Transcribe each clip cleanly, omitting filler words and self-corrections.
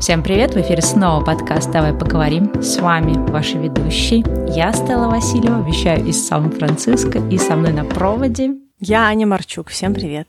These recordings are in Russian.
Всем привет! В эфире снова подкаст «Давай поговорим». С вами ваши ведущие. Я Стелла Васильева, вещаю из Сан-Франциско, и со мной на проводе я Аня Марчук. Всем привет!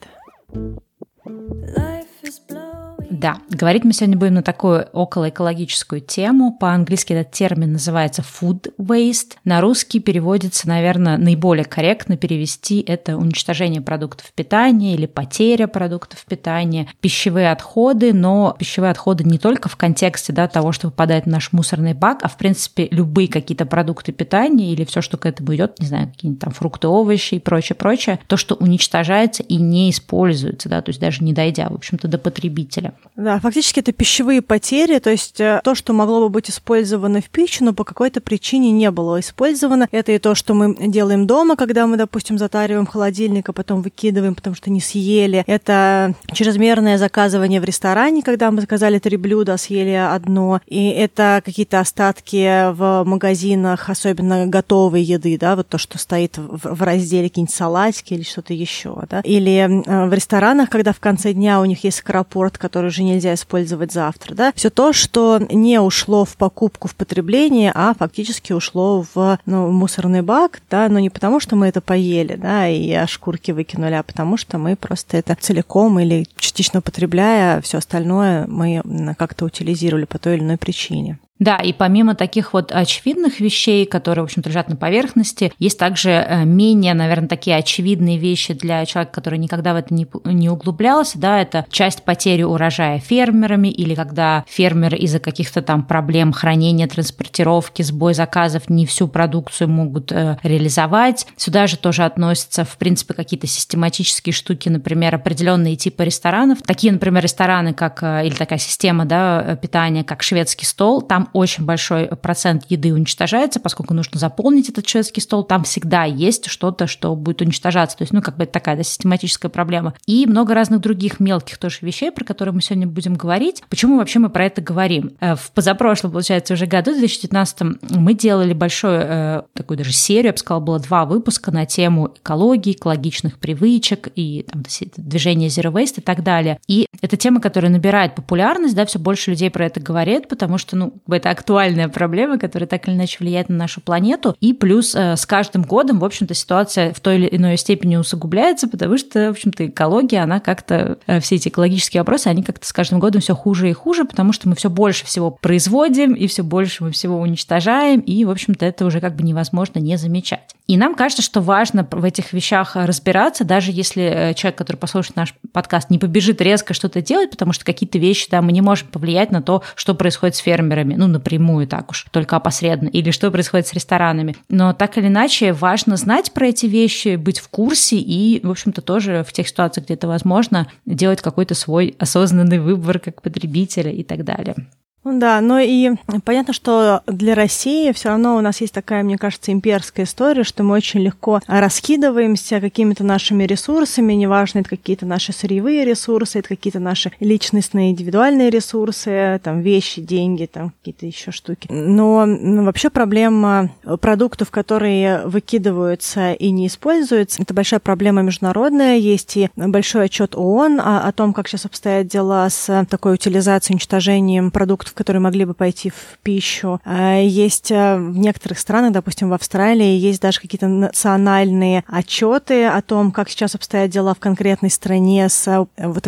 Да, говорить мы сегодня будем на такую околоэкологическую тему. По-английски этот термин называется food waste. На русский переводится, наверное, наиболее корректно перевести это уничтожение продуктов питания или потеря продуктов питания, пищевые отходы, но пищевые отходы не только в контексте того, что попадает в наш мусорный бак, а в принципе любые какие-то продукты питания или все, что к этому идет, не знаю, какие-нибудь там фрукты, овощи и прочее, то, что уничтожается и не используется, то есть даже не дойдя, в общем-то, до потребителя. Да, фактически это пищевые потери, то есть то, что могло бы быть использовано в пищу, но по какой-то причине не было использовано. Это и то, что мы делаем дома, когда мы, допустим, затариваем холодильник, а потом выкидываем, потому что не съели. Это чрезмерное заказывание в ресторане, когда мы заказали 3 блюда, а съели одно. И это какие-то остатки в магазинах, особенно готовой еды, вот то, что стоит в разделе какие-нибудь салатики или что-то еще, Или в ресторанах, когда в конце дня у них есть скоропорт, который уже нельзя использовать завтра, Все то, что не ушло в покупку, в потребление, а фактически ушло в мусорный бак, но не потому, что мы это поели, и шкурки выкинули, а потому что мы просто это целиком или частично потребляя, все остальное мы как-то утилизировали по той или иной причине. Да, и помимо таких вот очевидных вещей, которые, в общем-то, лежат на поверхности, есть также менее, наверное, такие очевидные вещи для человека, который никогда в это не углублялся, это часть потери урожая фермерами, или когда фермеры из-за каких-то там проблем хранения, транспортировки, сбой заказов не всю продукцию могут реализовать. Сюда же тоже относятся, в принципе, какие-то систематические штуки, например, определенные типы ресторанов. Такие, например, рестораны, или такая система питания, как шведский стол, там очень большой процент еды уничтожается, поскольку нужно заполнить этот шведский стол, там всегда есть что-то, что будет уничтожаться. То есть, это такая систематическая проблема. И много разных других мелких тоже вещей, про которые мы сегодня будем говорить. Почему вообще мы про это говорим? В позапрошлом, получается, уже году, в 2019, мы делали большую такую даже серию, я бы сказала, было 2 выпуска на тему экологии, экологичных привычек и движения Zero Waste и так далее. И это тема, которая набирает популярность, все больше людей про это говорят, потому что, это актуальная проблема, которая так или иначе влияет на нашу планету. И плюс с каждым годом, в общем-то, ситуация в той или иной степени усугубляется, потому что, в общем-то, экология, она как-то, все эти экологические вопросы, они как-то с каждым годом все хуже и хуже, потому что мы все больше всего производим, и все больше мы всего уничтожаем, и, в общем-то, это уже невозможно не замечать. И нам кажется, что важно в этих вещах разбираться, даже если человек, который послушает наш подкаст, не побежит резко что-то делать, потому что какие-то вещи, мы не можем повлиять на то, что происходит с фермерами, напрямую так уж, только опосредованно, или что происходит с ресторанами. Но так или иначе важно знать про эти вещи, быть в курсе и, в общем-то, тоже в тех ситуациях, где это возможно, делать какой-то свой осознанный выбор как потребителя и так далее. Да, но и понятно, что для России все равно у нас есть такая, мне кажется, имперская история, что мы очень легко раскидываемся какими-то нашими ресурсами, неважно, это какие-то наши сырьевые ресурсы, это какие-то наши личностные, индивидуальные ресурсы, вещи, деньги, какие-то еще штуки. Но вообще проблема продуктов, которые выкидываются и не используются, это большая проблема международная. Есть и большой отчет ООН о том, как сейчас обстоят дела с такой утилизацией, уничтожением продуктов, которые могли бы пойти в пищу. Есть в некоторых странах, допустим, в Австралии, есть даже какие-то национальные отчеты о том, как сейчас обстоят дела в конкретной стране с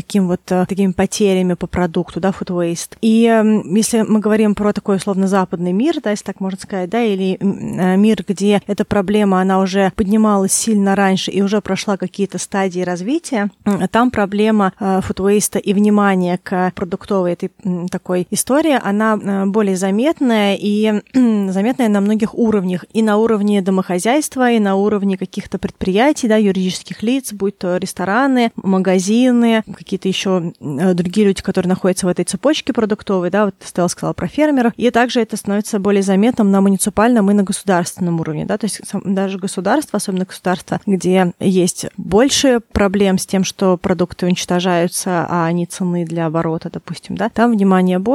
такими потерями по продукту, food waste. И если мы говорим про такой условно западный мир, если так можно сказать, или мир, где эта проблема, она уже поднималась сильно раньше и уже прошла какие-то стадии развития, там проблема food waste и внимание к продуктовой этой такой истории, она более заметная и заметная на многих уровнях. И на уровне домохозяйства, и на уровне каких-то предприятий, юридических лиц, будь то рестораны, магазины, какие-то еще другие люди, которые находятся в этой цепочке продуктовой, Стелла сказала про фермеров. И также это становится более заметным на муниципальном и на государственном уровне, То есть даже государство, особенно государство, где есть больше проблем с тем, что продукты уничтожаются, а они ценны для оборота, допустим, там внимание больше, и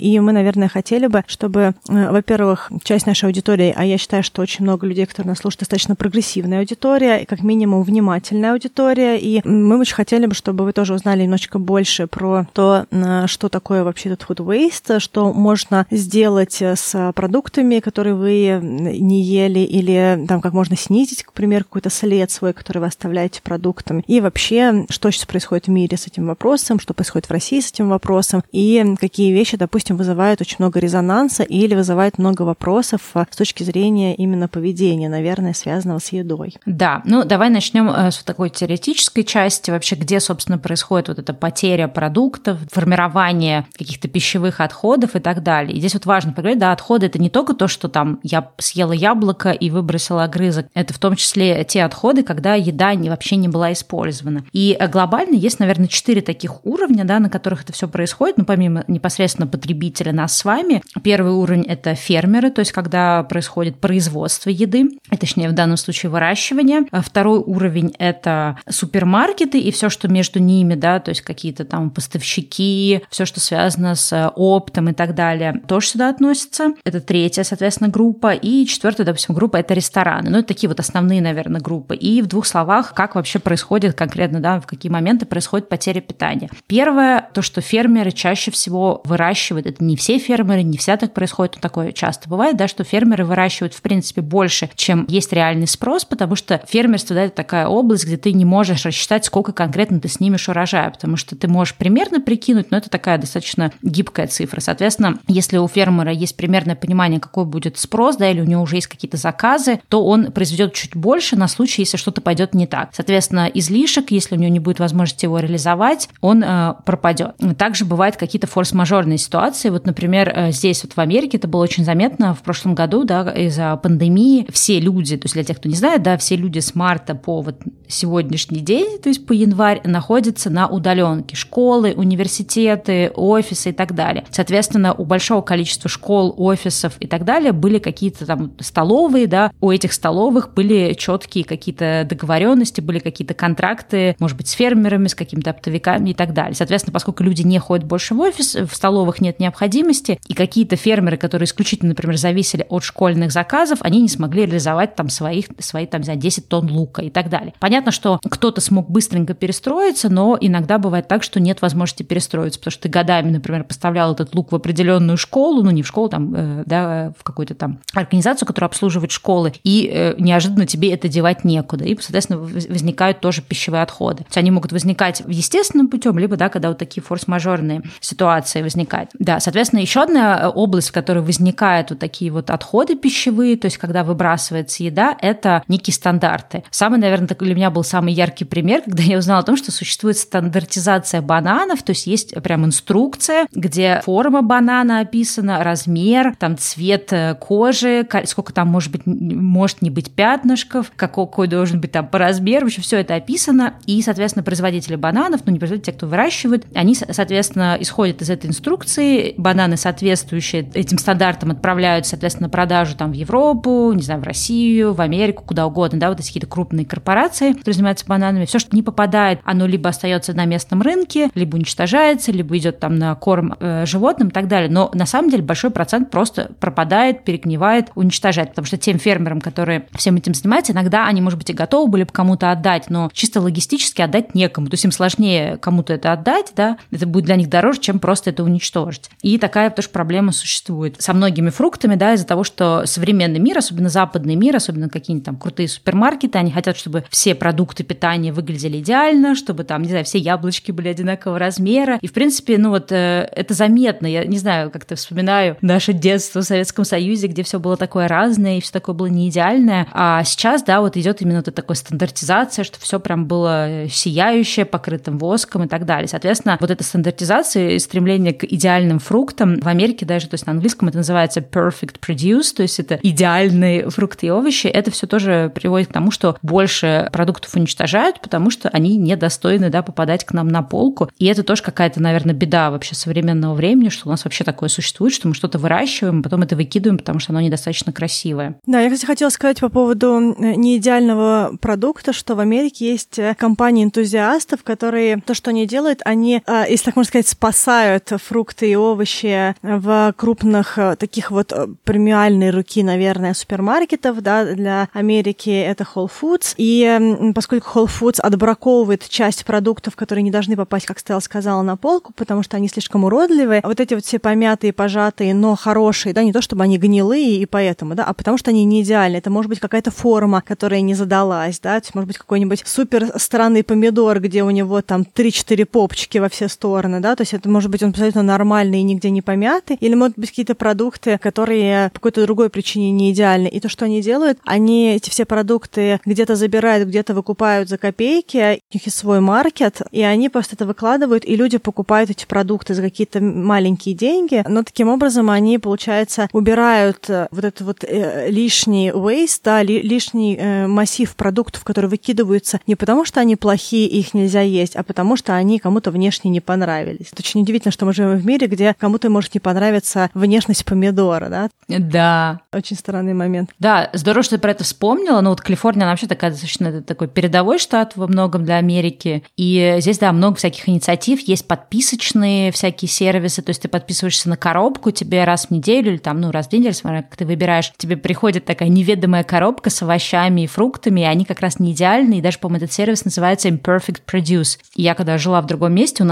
И мы, наверное, хотели бы, чтобы, во-первых, часть нашей аудитории, а я считаю, что очень много людей, которые нас слушают, достаточно прогрессивная аудитория, и как минимум внимательная аудитория, и мы очень хотели бы, чтобы вы тоже узнали немножечко больше про то, что такое вообще этот food waste, что можно сделать с продуктами, которые вы не ели, или там как можно снизить, к примеру, какой-то след свой, который вы оставляете продуктам, и вообще, что сейчас происходит в мире с этим вопросом, что происходит в России с этим вопросом, и какие вещи, допустим, вызывают очень много резонанса или вызывают много вопросов с точки зрения именно поведения, наверное, связанного с едой. Да, давай начнем с такой теоретической части, вообще, где, собственно, происходит вот эта потеря продуктов, формирование каких-то пищевых отходов и так далее. И здесь вот важно поговорить, да, отходы — это не только то, что там я съела яблоко и выбросила огрызок, это в том числе те отходы, когда еда вообще не была использована. И глобально есть, наверное, 4 таких уровня, да, на которых это все происходит, помимо непосредственно потребителя, нас с вами. Первый уровень — это фермеры, то есть когда происходит производство еды, точнее, в данном случае выращивание. Второй уровень — это супермаркеты и все, что между ними, да, то есть какие-то там поставщики, все, что связано с оптом и так далее, тоже сюда относится. Это третья, соответственно, группа. И четвертая, допустим, группа — это рестораны. Это такие вот основные, наверное, группы. И в 2 словах, как вообще происходит конкретно, да, в какие моменты происходит потеря питания. Первое, то, что фермеры чаще всего выращивают, это не все фермеры, не всегда так происходит, но такое часто бывает, да, что фермеры выращивают, в принципе, больше, чем есть реальный спрос, потому что фермерство, да, это такая область, где ты не можешь рассчитать, сколько конкретно ты снимешь урожая, потому что ты можешь примерно прикинуть, но это такая достаточно гибкая цифра. Соответственно, если у фермера есть примерное понимание, какой будет спрос, да, или у него уже есть какие-то заказы, то он произведет чуть больше на случай, если что-то пойдет не так. Соответственно, излишек, если у него не будет возможности его реализовать, он пропадет. Также бывают какие-то форс-мажорные ситуации. Вот, например, здесь вот в Америке это было очень заметно в прошлом году, да, из-за пандемии все люди, то есть для тех, кто не знает, да, все люди с марта по вот сегодняшний день, то есть по январь, находятся на удаленке. Школы, университеты, офисы и так далее. Соответственно, у большого количества школ, офисов и так далее были какие-то там столовые, да, у этих столовых были четкие какие-то договоренности, были какие-то контракты, может быть, с фермерами, с какими-то оптовиками и так далее. Соответственно, поскольку люди не ходят больше в офис, в столовых нет необходимости, и какие-то фермеры, которые исключительно, например, зависели от школьных заказов, они не смогли реализовать там свои там, 10 тонн лука и так далее. Понятно, что кто-то смог быстренько перестроиться, но иногда бывает так, что нет возможности перестроиться, потому что ты годами, например, поставлял этот лук в определенную школу, не в школу, там, да, в какую-то там организацию, которая обслуживает школы, и неожиданно тебе это девать некуда, и, соответственно, возникают тоже пищевые отходы. То есть они могут возникать естественным путем, либо, да, когда вот такие форс-мажорные ситуации возникают. Да, соответственно, еще одна область, в которой возникают вот такие вот отходы пищевые, то есть когда выбрасывается еда, это некие стандарты. Самый, наверное, для меня был самый яркий пример, когда я узнала о том, что существует стандартизация бананов, то есть есть прям инструкция, где форма банана описана, размер, там цвет кожи, сколько там может не быть пятнышков, какой должен быть там по размеру, вообще все это описано, и, соответственно, производители бананов, не производители, те, кто выращивает, они, соответственно, исходят из этой инструкции, бананы, соответствующие этим стандартам, отправляются, соответственно, на продажу там в Европу, не знаю, в Россию, в Америку, куда угодно, да, вот эти какие-то крупные корпорации, которые занимаются бананами, все, что не попадает, оно либо остается на местном рынке, либо уничтожается, либо идет там на корм животным и так далее, но на самом деле большой процент просто пропадает, перегнивает, уничтожает, потому что тем фермерам, которые всем этим занимаются, иногда они, может быть, и готовы были бы кому-то отдать, но чисто логистически отдать некому, то есть им сложнее кому-то это отдать, да, это будет для них дороже, чем просто это уничтожить. И такая тоже проблема существует со многими фруктами, да, из-за того, что современный мир, особенно западный мир, особенно какие-нибудь там крутые супермаркеты, они хотят, чтобы все продукты питания выглядели идеально, чтобы там, не знаю, все яблочки были одинакового размера. И, в принципе, это заметно. Я не знаю, как-то вспоминаю наше детство в Советском Союзе, где все было такое разное, и все такое было не идеальное. А сейчас, да, вот идет именно вот такая стандартизация, что все прям было сияющее, покрытым воском и так далее. Соответственно, вот эта стандартизация и стремление к идеальным фруктам в Америке даже, то есть на английском это называется perfect produce, то есть это идеальные фрукты и овощи, это все тоже приводит к тому, что больше продуктов уничтожают, потому что они недостойны, да, попадать к нам на полку. И это тоже какая-то, наверное, беда вообще современного времени, что у нас вообще такое существует, что мы что-то выращиваем, а потом это выкидываем, потому что оно недостаточно красивое. Да, я, кстати, хотела сказать по поводу неидеального продукта, что в Америке есть компании энтузиастов, которые то, что они делают, они, если так можно сказать, спасают фрукты и овощи овощи в крупных таких вот премиальной руки, наверное, супермаркетов, да, для Америки это Whole Foods. И поскольку Whole Foods отбраковывает часть продуктов, которые не должны попасть, как Стелла сказала, на полку, потому что они слишком уродливые, вот эти вот все помятые, пожатые, но хорошие, да, не то чтобы они гнилые и поэтому, да, а потому что они не идеальны. Это может быть какая-то форма, которая не задалась, да, то есть может быть какой-нибудь супер странный помидор, где у него там 3-4 попчики во все стороны, да, то есть это может быть он абсолютно нормальный и нигде не помятый, или может быть какие-то продукты, которые по какой-то другой причине не идеальны. И то, что они делают, они эти все продукты где-то забирают, где-то выкупают за копейки, у них есть свой маркет, и они просто это выкладывают, и люди покупают эти продукты за какие-то маленькие деньги, но таким образом они, получается, убирают вот этот вот лишний waste, да, лишний массив продуктов, которые выкидываются не потому, что они плохие и их нельзя есть, а потому что они кому-то внешне не понравились. Это очень удивительно, что мы живем в мире, где кому-то может не понравиться внешность помидора, да? Да. Очень странный момент. Да, здорово, что ты про это вспомнила. Ну вот Калифорния, она вообще такая достаточно такой передовой штат во многом для Америки. И здесь, да, много всяких инициатив. Есть подписочные всякие сервисы. То есть ты подписываешься на коробку, тебе раз в неделю или там, ну, раз в неделю, смотря как ты выбираешь, тебе приходит такая неведомая коробка с овощами и фруктами, и они как раз не идеальны. И даже, по-моему, этот сервис называется Imperfect Produce. И я когда жила в другом месте, у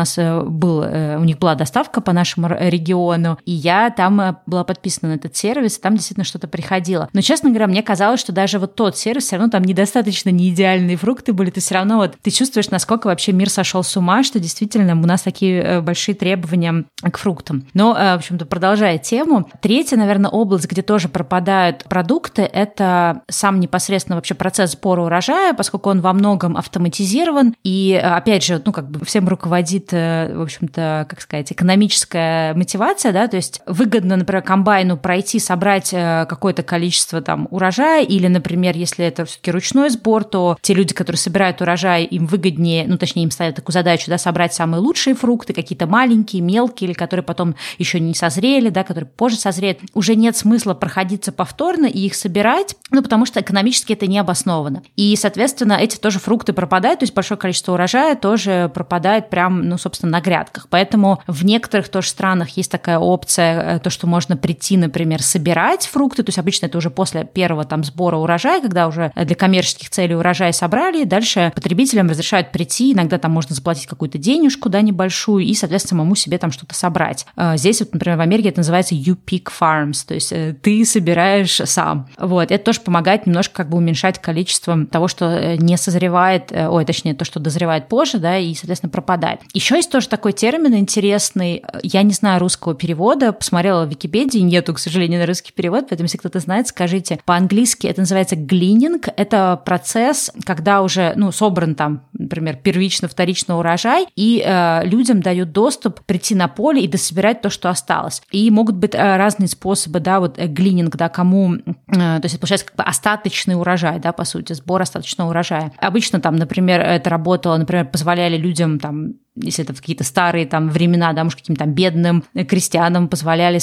них была доставка по нашему региону, и я там была подписана на этот сервис, и там действительно что-то приходило. Но, честно говоря, мне казалось, что даже вот тот сервис, все равно там недостаточно неидеальные фрукты были, ты все равно вот ты чувствуешь, насколько вообще мир сошел с ума, что действительно у нас такие большие требования к фруктам. Но, в общем-то, продолжая тему, третья, наверное, область, где тоже пропадают продукты, это сам непосредственно вообще процесс сбора урожая, поскольку он во многом автоматизирован, и, опять же, ну, как бы всем руководит, в общем-то, как сказать, экономическая мотивация, да, то есть выгодно, например, комбайну пройти, собрать какое-то количество там урожая, или, например, если это все-таки ручной сбор, то те люди, которые собирают урожай, им выгоднее, ну, точнее, им ставят такую задачу, да, собрать самые лучшие фрукты, какие-то маленькие, мелкие, или которые потом еще не созрели, да, которые позже созреют. Уже нет смысла проходиться повторно и их собирать, ну, потому что экономически это не обосновано. И, соответственно, эти тоже фрукты пропадают, то есть большое количество урожая тоже пропадает прям, ну, собственно, на грядках. Поэтому в некоторых тоже странах есть такая опция, то, что можно прийти, например, собирать фрукты, то есть обычно это уже после первого там сбора урожая, когда уже для коммерческих целей урожай собрали, дальше потребителям разрешают прийти, иногда там можно заплатить какую-то денежку, да, небольшую, и, соответственно, самому себе там что-то собрать. Здесь вот, например, в Америке это называется You Pick Farms, то есть ты собираешь сам. Вот, это тоже помогает немножко как бы уменьшать количество того, что не созревает, точнее, то, что дозревает позже, да, и, соответственно, пропадает. Еще есть тоже такой термин интересный, я не знаю русского перевода, посмотрела в Википедии, нету, к сожалению, на русский перевод, поэтому, если кто-то знает, скажите. По-английски это называется глининг, это процесс, когда уже, ну, собран там, например, первично-вторично урожай, и людям дают доступ прийти на поле и дособирать то, что осталось. И могут быть разные способы, да, вот глининг, да, кому, то есть это получается как бы остаточный урожай, да, по сути, сбор остаточного урожая. Обычно там, например, это работало, например, позволяли людям там, если это в какие-то старые там времена, да, может, каким-то там бедным крестьянам позволяли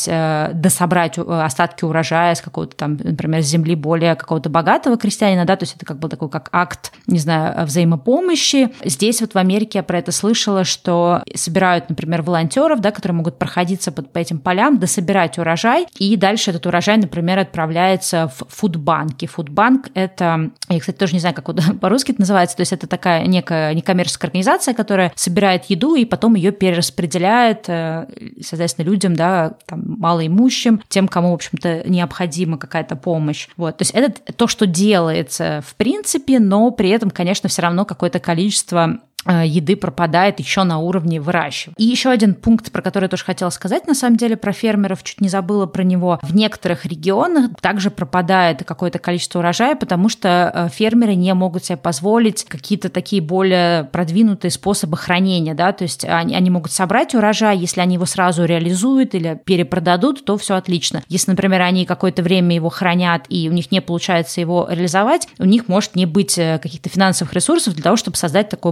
дособрать остатки урожая с какого-то там, например, с земли более какого-то богатого крестьянина, да, то есть это как был такой как акт, не знаю, взаимопомощи. Здесь вот в Америке я про это слышала, что собирают, например, волонтеров, да, которые могут проходиться по этим полям, дособирать урожай, и дальше этот урожай, например, отправляется в фудбанки. Фудбанк — это, я, кстати, тоже не знаю, как по-русски это называется, то есть это такая некая некоммерческая организация, которая собирает еду и потом ее перераспределяет, соответственно, людям, да, там, малоимущим, тем, кому, в общем-то, необходима какая-то помощь. Вот. То есть это то, что делается в принципе, но при этом, конечно, все равно какое-то количество еды пропадает еще на уровне выращивания. И еще один пункт, про который я тоже хотела сказать, на самом деле, про фермеров, чуть не забыла про него. В некоторых регионах также пропадает какое-то количество урожая, потому что фермеры не могут себе позволить какие-то такие более продвинутые способы хранения, да, то есть они могут собрать урожай, если они его сразу реализуют или перепродадут, то все отлично. Если, например, они какое-то время его хранят и у них не получается его реализовать, у них может не быть каких-то финансовых ресурсов для того, чтобы создать такое более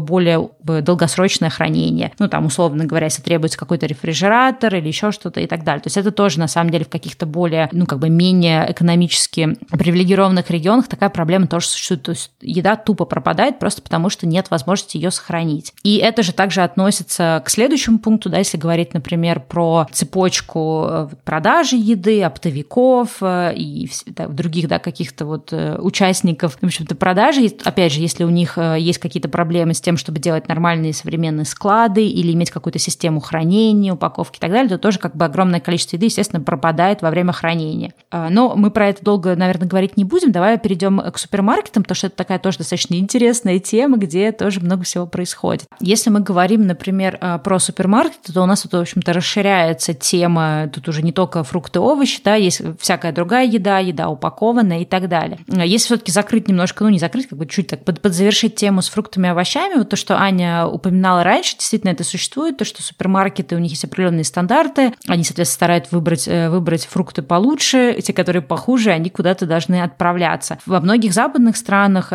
более долгосрочное хранение. Ну, там, условно говоря, если требуется какой-то рефрижератор или еще что-то и так далее. То есть это тоже, на самом деле, в каких-то более, менее экономически привилегированных регионах такая проблема тоже существует. То есть еда тупо пропадает просто потому, что нет возможности ее сохранить. И это же также относится к следующему пункту, да, если говорить, например, про цепочку продажи еды, оптовиков и других, да, каких-то участников, в общем-то, продажи. Опять же, если у них есть какие-то проблемы с тем, чтобы делать нормальные современные склады или иметь какую-то систему хранения, упаковки и так далее, то тоже огромное количество еды, естественно, пропадает во время хранения. Но мы про это долго, наверное, говорить не будем. Давай перейдем к супермаркетам, потому что это такая тоже достаточно интересная тема, где тоже много всего происходит. Если мы говорим, например, про супермаркеты, то у нас тут, в общем-то, расширяется тема, тут уже не только фрукты, овощи, да, есть всякая другая еда упакованная и так далее. Если все-таки закрыть немножко, не закрыть, чуть так подзавершить тему с фруктами и овощами, то, что Аня упоминала раньше, действительно это существует, то, что супермаркеты, у них есть определенные стандарты, они, соответственно, стараются выбрать фрукты получше, те, которые похуже, они куда-то должны отправляться. Во многих западных странах,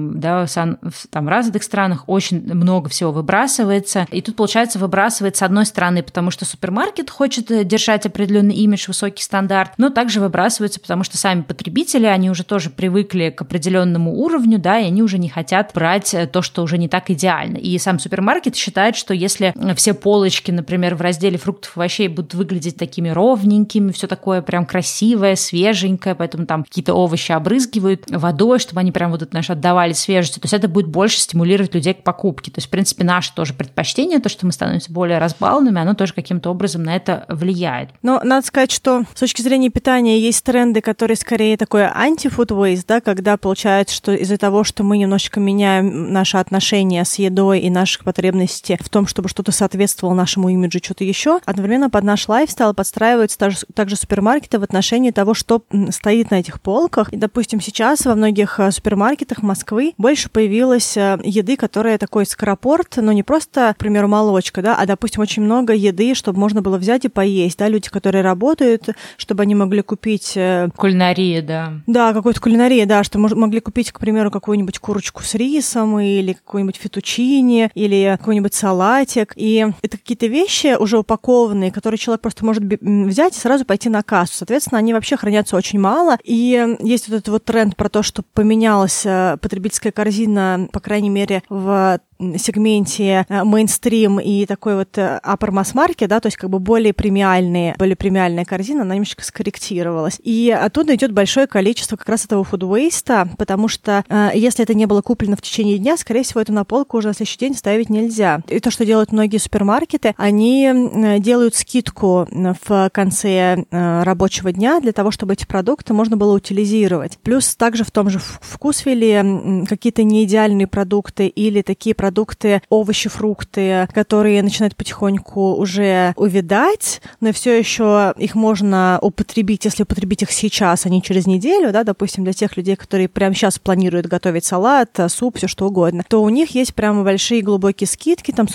в развитых странах очень много всего выбрасывается, и тут, получается, выбрасывается с одной стороны, потому что супермаркет хочет держать определенный имидж, высокий стандарт, но также выбрасывается, потому что сами потребители, они уже тоже привыкли к определенному уровню, да, и они уже не хотят брать то, что уже не так идеально. И сам супермаркет считает, что если все полочки, например, в разделе фруктов и овощей будут выглядеть такими ровненькими, все такое прям красивое, свеженькое, поэтому там какие-то овощи обрызгивают водой, чтобы они прям отдавали свежестью, то есть это будет больше стимулировать людей к покупке. То есть, в принципе, наше тоже предпочтение, то, что мы становимся более разбалованными, оно тоже каким-то образом на это влияет. Но надо сказать, что с точки зрения питания есть тренды, которые скорее такое anti-food waste, да, когда получается, что из-за того, что мы немножечко меняем наши отношения с едой и наши потребности в том, чтобы что-то соответствовало нашему имиджу, что-то еще, одновременно под наш лайфстайл подстраиваются также супермаркеты в отношении того, что стоит на этих полках. И, допустим, сейчас во многих супермаркетах Москвы больше появилось еды, которая такой скоропорт, но не просто, к примеру, молочка, да, а, допустим, очень много еды, чтобы можно было взять и поесть, да, люди, которые работают, чтобы они могли купить... Кулинария, да. Да, какой-то кулинария, да, что могли купить, к примеру, какую-нибудь курочку с рисом или какой-нибудь фетучини, или какой-нибудь салатик. И это какие-то вещи уже упакованные, которые человек просто может взять и сразу пойти на кассу. Соответственно, они вообще хранятся очень мало. И есть этот тренд про то, что поменялась потребительская корзина, по крайней мере, в сегменте мейнстрим и такой upper mass market, да, то есть более премиальная корзина, она немножечко скорректировалась. И оттуда идет большое количество как раз этого food waste, потому что если это не было куплено в течение дня, скорее всего, эту на полку уже на следующий день ставить нельзя. И то, что делают многие супермаркеты, они делают скидку в конце рабочего дня для того, чтобы эти продукты можно было утилизировать. Плюс также в том же вкусвилле какие-то неидеальные продукты или такие продукты, овощи, фрукты, которые начинают потихоньку уже увядать, но все еще их можно употребить, если употребить их сейчас, а не через неделю, да, допустим, для тех людей, которые прямо сейчас планируют готовить салат, суп, все что угодно, то у них есть прямо большие глубокие скидки, там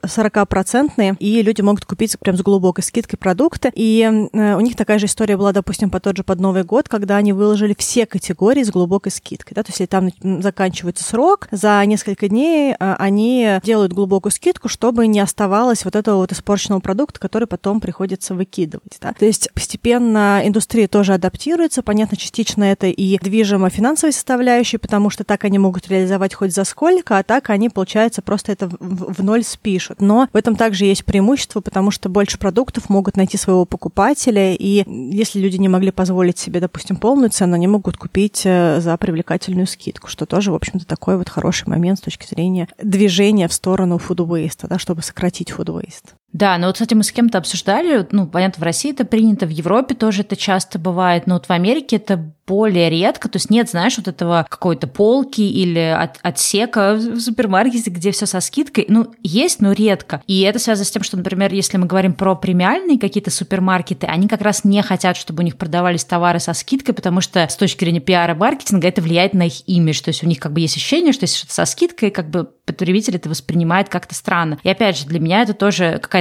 40%, и люди могут купить прям с глубокой скидкой продукты. И у них такая же история была, допустим, под Новый год, когда они выложили все категории с глубокой скидкой, да, то есть если там заканчивается срок, за несколько дней они делают глубокую скидку, чтобы не оставалось этого испорченного продукта, который потом приходится выкидывать. Да? То есть постепенно индустрия тоже адаптируется. Понятно, частично это и движимо финансовой составляющей, потому что так они могут реализовать хоть за сколько, а так они, получается, просто это в ноль спишут. Но в этом также есть преимущество, потому что больше продуктов могут найти своего покупателя, и если люди не могли позволить себе, допустим, полную цену, они могут купить за привлекательную скидку, что тоже, в общем-то, такой хороший момент с точки зрения движение в сторону food waste, да, чтобы сократить food waste. Да, но кстати, мы с кем-то обсуждали, понятно, в России это принято, в Европе тоже это часто бывает, но в Америке это более редко, то есть нет, знаешь, этого какой-то полки или отсека в супермаркете, где все со скидкой, есть, но редко. И это связано с тем, что, например, если мы говорим про премиальные какие-то супермаркеты, они как раз не хотят, чтобы у них продавались товары со скидкой, потому что с точки зрения пиара маркетинга это влияет на их имидж, то есть у них есть ощущение, что если что-то со скидкой, потребитель это воспринимает как-то странно. И опять же, для меня это тоже какая-то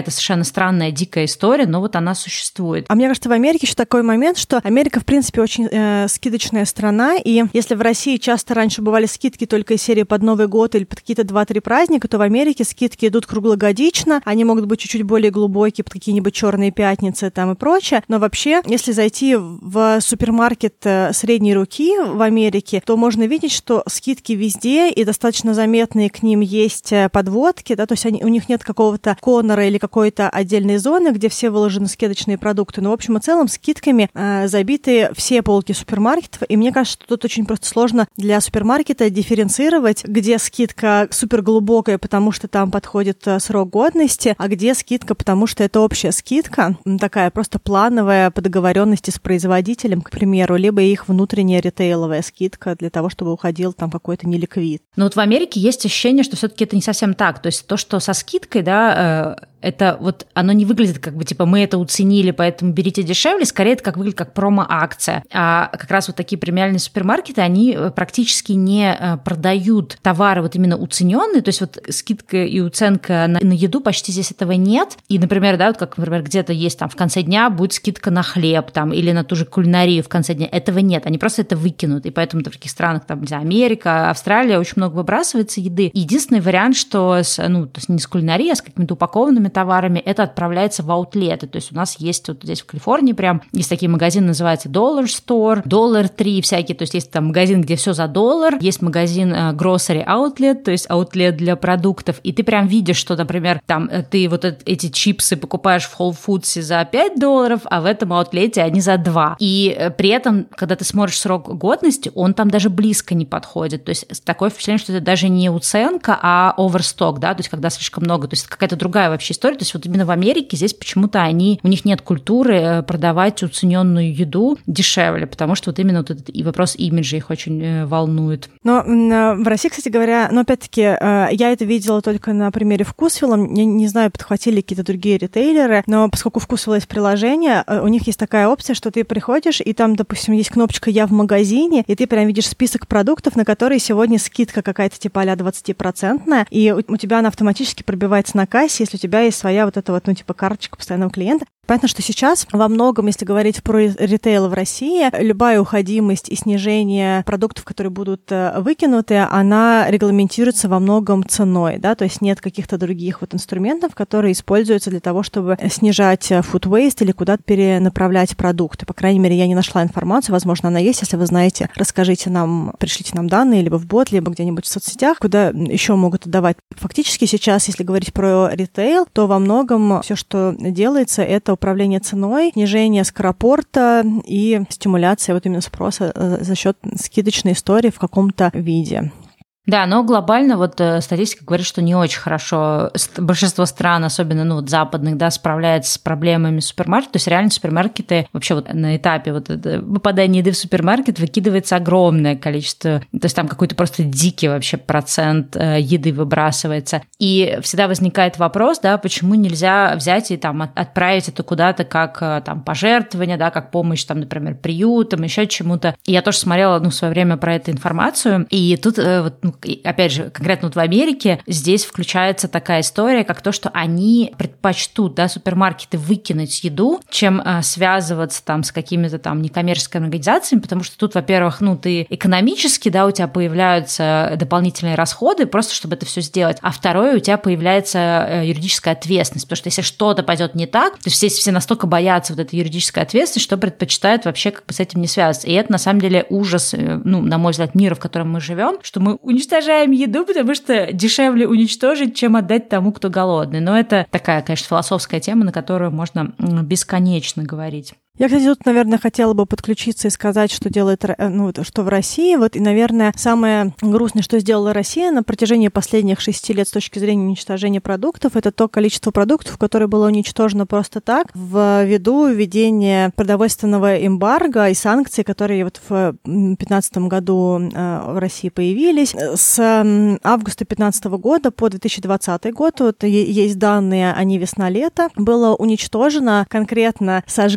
какая-то совершенно странная, дикая история, но вот она существует. А мне кажется, в Америке еще такой момент, что Америка, в принципе, очень скидочная страна, и если в России часто раньше бывали скидки только из серии под Новый год или под какие-то 2-3 праздника, то в Америке скидки идут круглогодично, они могут быть чуть-чуть более глубокие, под какие-нибудь черные пятницы там и прочее, но вообще, если зайти в супермаркет средней руки в Америке, то можно видеть, что скидки везде, и достаточно заметные к ним есть подводки, да, то есть у них нет какого-то корнера или какой-то отдельной зоны, где все выложены скидочные продукты, но в общем и целом скидками забиты все полки супермаркетов, и мне кажется, что тут очень просто сложно для супермаркета дифференцировать, где скидка суперглубокая, потому что там подходит срок годности, а где скидка, потому что это общая скидка, такая просто плановая по договоренности с производителем, к примеру, либо их внутренняя ритейловая скидка для того, чтобы уходил там какой-то неликвид. Но вот в Америке есть ощущение, что все-таки это не совсем так. То есть то, что со скидкой, да, это вот оно не выглядит как бы типа мы это уценили, поэтому берите дешевле, скорее это как выглядит как промо-акция. А как раз вот такие премиальные супермаркеты, они практически не продают товары вот именно уцененные, то есть вот скидка и уценка на еду почти здесь этого нет. И, например, да, вот как, например, где-то есть там в конце дня будет скидка на хлеб там или на ту же кулинарию в конце дня. Этого нет, они просто это выкинут. И поэтому в таких странах, там, не знаю, Америка, Австралия, очень много выбрасывается еды. Единственный вариант, что то есть не с кулинарией, а с какими-то упакованными товарами, это отправляется в аутлеты. То есть у нас есть вот здесь в Калифорнии прям есть такие магазины, называется Dollar Store, Dollar Tree всякие, то есть есть там магазин, где все за $1, есть магазин Grocery Outlet, то есть аутлет для продуктов, и ты прям видишь, что, например, там ты вот эти чипсы покупаешь в Whole Foods за $5, а в этом аутлете они за $2. И при этом, когда ты смотришь срок годности, он там даже близко не подходит. То есть такое впечатление, что это даже не уценка, а оверсток, да, то есть когда слишком много, то есть какая-то другая вообще история. То есть вот именно в Америке здесь почему-то у них нет культуры продавать уцененную еду дешевле, потому что вот именно вот этот и вопрос имиджа их очень волнует. Но в России, кстати говоря, но опять-таки я это видела только на примере Вкусвилла, я не знаю, подхватили какие-то другие ритейлеры, но поскольку Вкусвилл есть приложение, у них есть такая опция, что ты приходишь, и там, допустим, есть кнопочка «Я в магазине», и ты прям видишь список продуктов, на которые сегодня скидка какая-то типа а-ля 20%, и у тебя она автоматически пробивается на кассе, если у тебя есть своя вот эта вот, карточка постоянного клиента. Понятно, что сейчас во многом, если говорить про ритейл в России, любая уходимость и снижение продуктов, которые будут выкинуты, она регламентируется во многом ценой, да, то есть нет каких-то других вот инструментов, которые используются для того, чтобы снижать food waste или куда-то перенаправлять продукты. По крайней мере, я не нашла информацию, возможно, она есть. Если вы знаете, расскажите нам, пришлите нам данные либо в бот, либо где-нибудь в соцсетях, куда еще могут отдавать. Фактически сейчас, если говорить про ритейл, то во многом все, что делается, это управление ценой, снижение скоропорта и стимуляция вот именно спроса за счет скидочной истории в каком-то виде. Да, но глобально вот статистика говорит, что не очень хорошо большинство стран, особенно западных, да, справляется с проблемами супермаркетов. То есть реально супермаркеты вообще вот на этапе вот выпадания еды в супермаркет выкидывается огромное количество, то есть там какой-то просто дикий вообще процент еды выбрасывается. И всегда возникает вопрос, да, почему нельзя взять и там отправить это куда-то как там пожертвование, да, как помощь там, например, приютам, еще чему-то. И я тоже смотрела, в свое время про эту информацию, и тут опять же, конкретно вот в Америке здесь включается такая история, как то, что они предпочтут, да, супермаркеты выкинуть еду, чем связываться там с какими-то там некоммерческими организациями, потому что тут, во-первых, ты экономически, да, у тебя появляются дополнительные расходы, просто чтобы это все сделать, а второе, у тебя появляется юридическая ответственность, потому что если что-то пойдет не так, то здесь все настолько боятся вот этой юридической ответственности, что предпочитают вообще как бы с этим не связываться. И это, на самом деле, ужас, на мой взгляд, мира, в котором мы живем, что мы уничтожаем еду, потому что дешевле уничтожить, чем отдать тому, кто голодный. Но это такая, конечно, философская тема, на которую можно бесконечно говорить. Я, кстати, тут, наверное, хотела бы подключиться и сказать, что делает, что в России. Вот, и, наверное, самое грустное, что сделала Россия на протяжении последних 6 лет с точки зрения уничтожения продуктов, это то количество продуктов, которое было уничтожено просто так, ввиду введения продовольственного эмбарго и санкций, которые вот в 2015 году в России появились. С августа 2015 года по 2020 год, вот есть данные, они весна-лето, было уничтожено, конкретно сожгли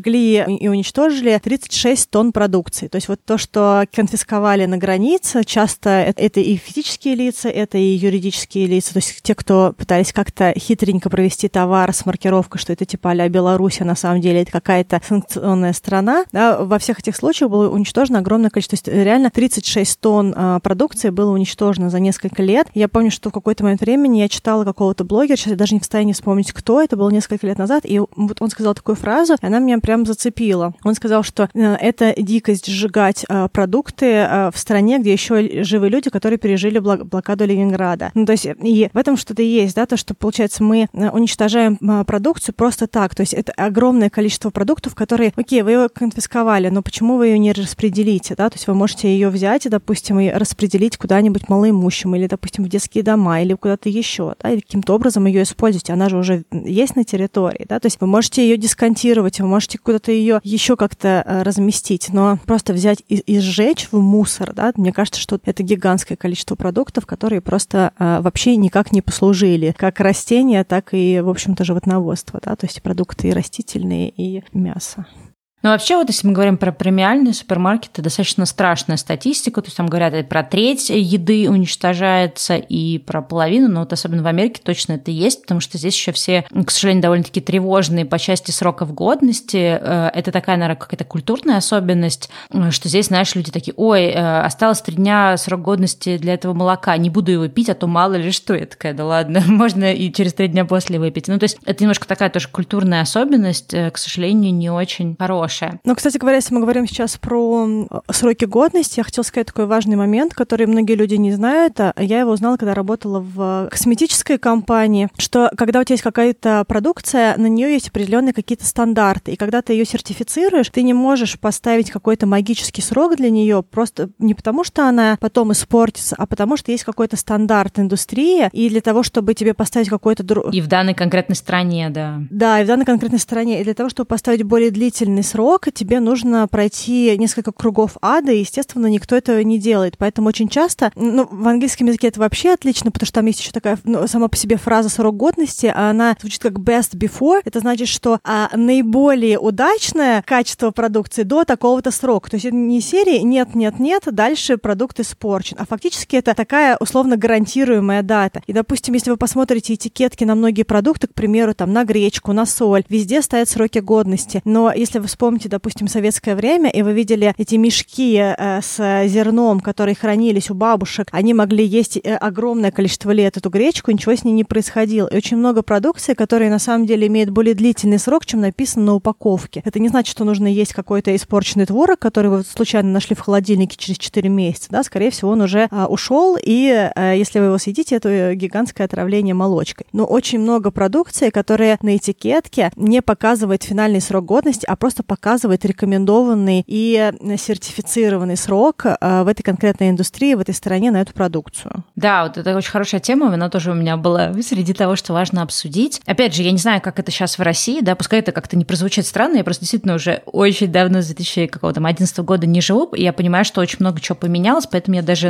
и уничтожили 36 тонн продукции. То есть вот то, что конфисковали на границе, часто это и физические лица, это и юридические лица, то есть те, кто пытались как-то хитренько провести товар с маркировкой, что это типа а-ля Беларусь, а на самом деле это какая-то санкционная страна. Да, во всех этих случаях было уничтожено огромное количество. То есть реально 36 тонн продукции было уничтожено за несколько лет. Я помню, что в какой-то момент времени я читала какого-то блогера, сейчас я даже не в состоянии вспомнить, кто это, было несколько лет назад, и вот он сказал такую фразу, и она меня прям зацепила. Он сказал, что это дикость сжигать продукты в стране, где еще живы люди, которые пережили блокаду Ленинграда. Ну, то есть и в этом что-то есть, да, то, что, получается, мы уничтожаем продукцию просто так, то есть это огромное количество продуктов, которые, окей, вы ее конфисковали, но почему вы ее не распределите, да, то есть вы можете ее взять и, допустим, и распределить куда-нибудь малоимущим или, допустим, в детские дома или куда-то еще, да, и каким-то образом ее использовать, она же уже есть на территории, да, то есть вы можете ее дисконтировать, вы можете куда-то ее еще как-то разместить, но просто взять и сжечь в мусор, да, мне кажется, что это гигантское количество продуктов, которые просто вообще никак не послужили, как растения, так и, в общем-то, животноводство, да, то есть продукты и растительные, и мясо. Ну, вообще, вот если мы говорим про премиальные супермаркеты, достаточно страшная статистика, то есть там говорят и про треть еды уничтожается, и про половину, но вот особенно в Америке точно это есть, потому что здесь еще все, к сожалению, довольно-таки тревожные по части сроков годности. Это такая, наверное, какая-то культурная особенность, что здесь, знаешь, люди такие, ой, осталось 3 дня срок годности для этого молока, не буду его пить, а то мало ли что. Я такая, да ладно, можно и через 3 дня после выпить. Ну, то есть это немножко такая тоже культурная особенность, к сожалению, не очень хорошая. Но, кстати говоря, если мы говорим сейчас про сроки годности, я хотела сказать такой важный момент, который многие люди не знают, а я его узнала, когда работала в косметической компании, что когда у тебя есть какая-то продукция, на нее есть определенные какие-то стандарты, и когда ты ее сертифицируешь, ты не можешь поставить какой-то магический срок для нее просто не потому, что она потом испортится, а потому что есть какой-то стандарт индустрии, и для того, чтобы тебе поставить какой-то... И в данной конкретной стране, да. Да, и в данной конкретной стране, и для того, чтобы поставить более длительный срок, тебе нужно пройти несколько кругов ада, и, естественно, никто этого не делает. Поэтому очень часто, в английском языке это вообще отлично, потому что там есть еще такая сама по себе фраза «срок годности», а она звучит как best before. Это значит, что наиболее удачное качество продукции до такого-то срока. То есть это не серии «нет, дальше продукт испорчен», а фактически это такая условно гарантируемая дата. И, допустим, если вы посмотрите этикетки на многие продукты, к примеру, там, на гречку, на соль, везде стоят сроки годности. Но если вы вспомните, допустим, советское время, и вы видели эти мешки с зерном, которые хранились у бабушек, они могли есть огромное количество лет эту гречку, и ничего с ней не происходило. И очень много продукции, которые на самом деле имеют более длительный срок, чем написано на упаковке. Это не значит, что нужно есть какой-то испорченный творог, который вы случайно нашли в холодильнике через 4 месяца. Да? Скорее всего, он уже ушел, и если вы его съедите, это гигантское отравление молочкой. Но очень много продукции, которая на этикетке не показывает финальный срок годности, а просто показывает рекомендованный и сертифицированный срок в этой конкретной индустрии, в этой стране на эту продукцию. Да, вот это очень хорошая тема, она тоже у меня была среди того, что важно обсудить. Опять же, я не знаю, как это сейчас в России, да, пускай это как-то не прозвучит странно, я просто действительно уже очень давно, с 2011 года не живу, и я понимаю, что очень много чего поменялось, поэтому я даже,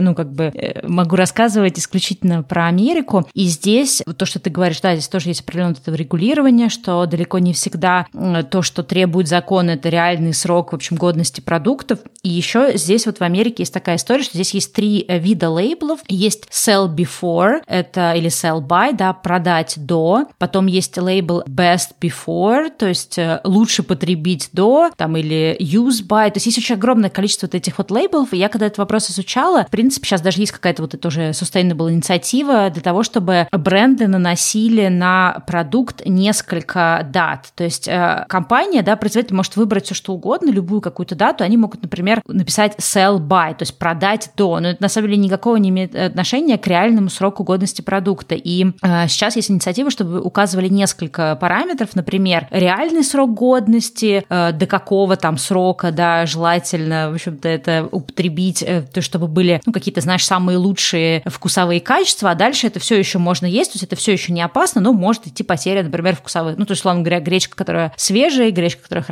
могу рассказывать исключительно про Америку. И здесь, вот то, что ты говоришь, да, здесь тоже есть определенное это регулирование, что далеко не всегда то, что требует закон, это реальный срок, в общем, годности продуктов. И еще здесь вот в Америке есть такая история, что здесь есть 3 вида лейблов. Есть sell before, это или sell by, да, продать до. Потом есть лейбл best before, то есть лучше потребить до, там, или use by. То есть есть очень огромное количество вот этих вот лейблов. И я когда этот вопрос изучала, в принципе, сейчас даже есть какая-то вот это уже sustainable инициатива для того, чтобы бренды наносили на продукт несколько дат. То есть компания, да, производитель может выбрать все что угодно, любую какую-то дату, они могут, например, написать sell by, то есть продать до, но это на самом деле никакого не имеет отношения к реальному сроку годности продукта. И сейчас есть инициатива, чтобы указывали несколько параметров, например, реальный срок годности, до какого там срока, да, желательно, в общем-то, это употребить, то, чтобы были, какие-то, знаешь, самые лучшие вкусовые качества, а дальше это все еще можно есть, то есть это все еще не опасно, но может идти потеря, например, вкусовых, то есть, условно говоря, гречка, которая свежая, гречка, которая хранится 2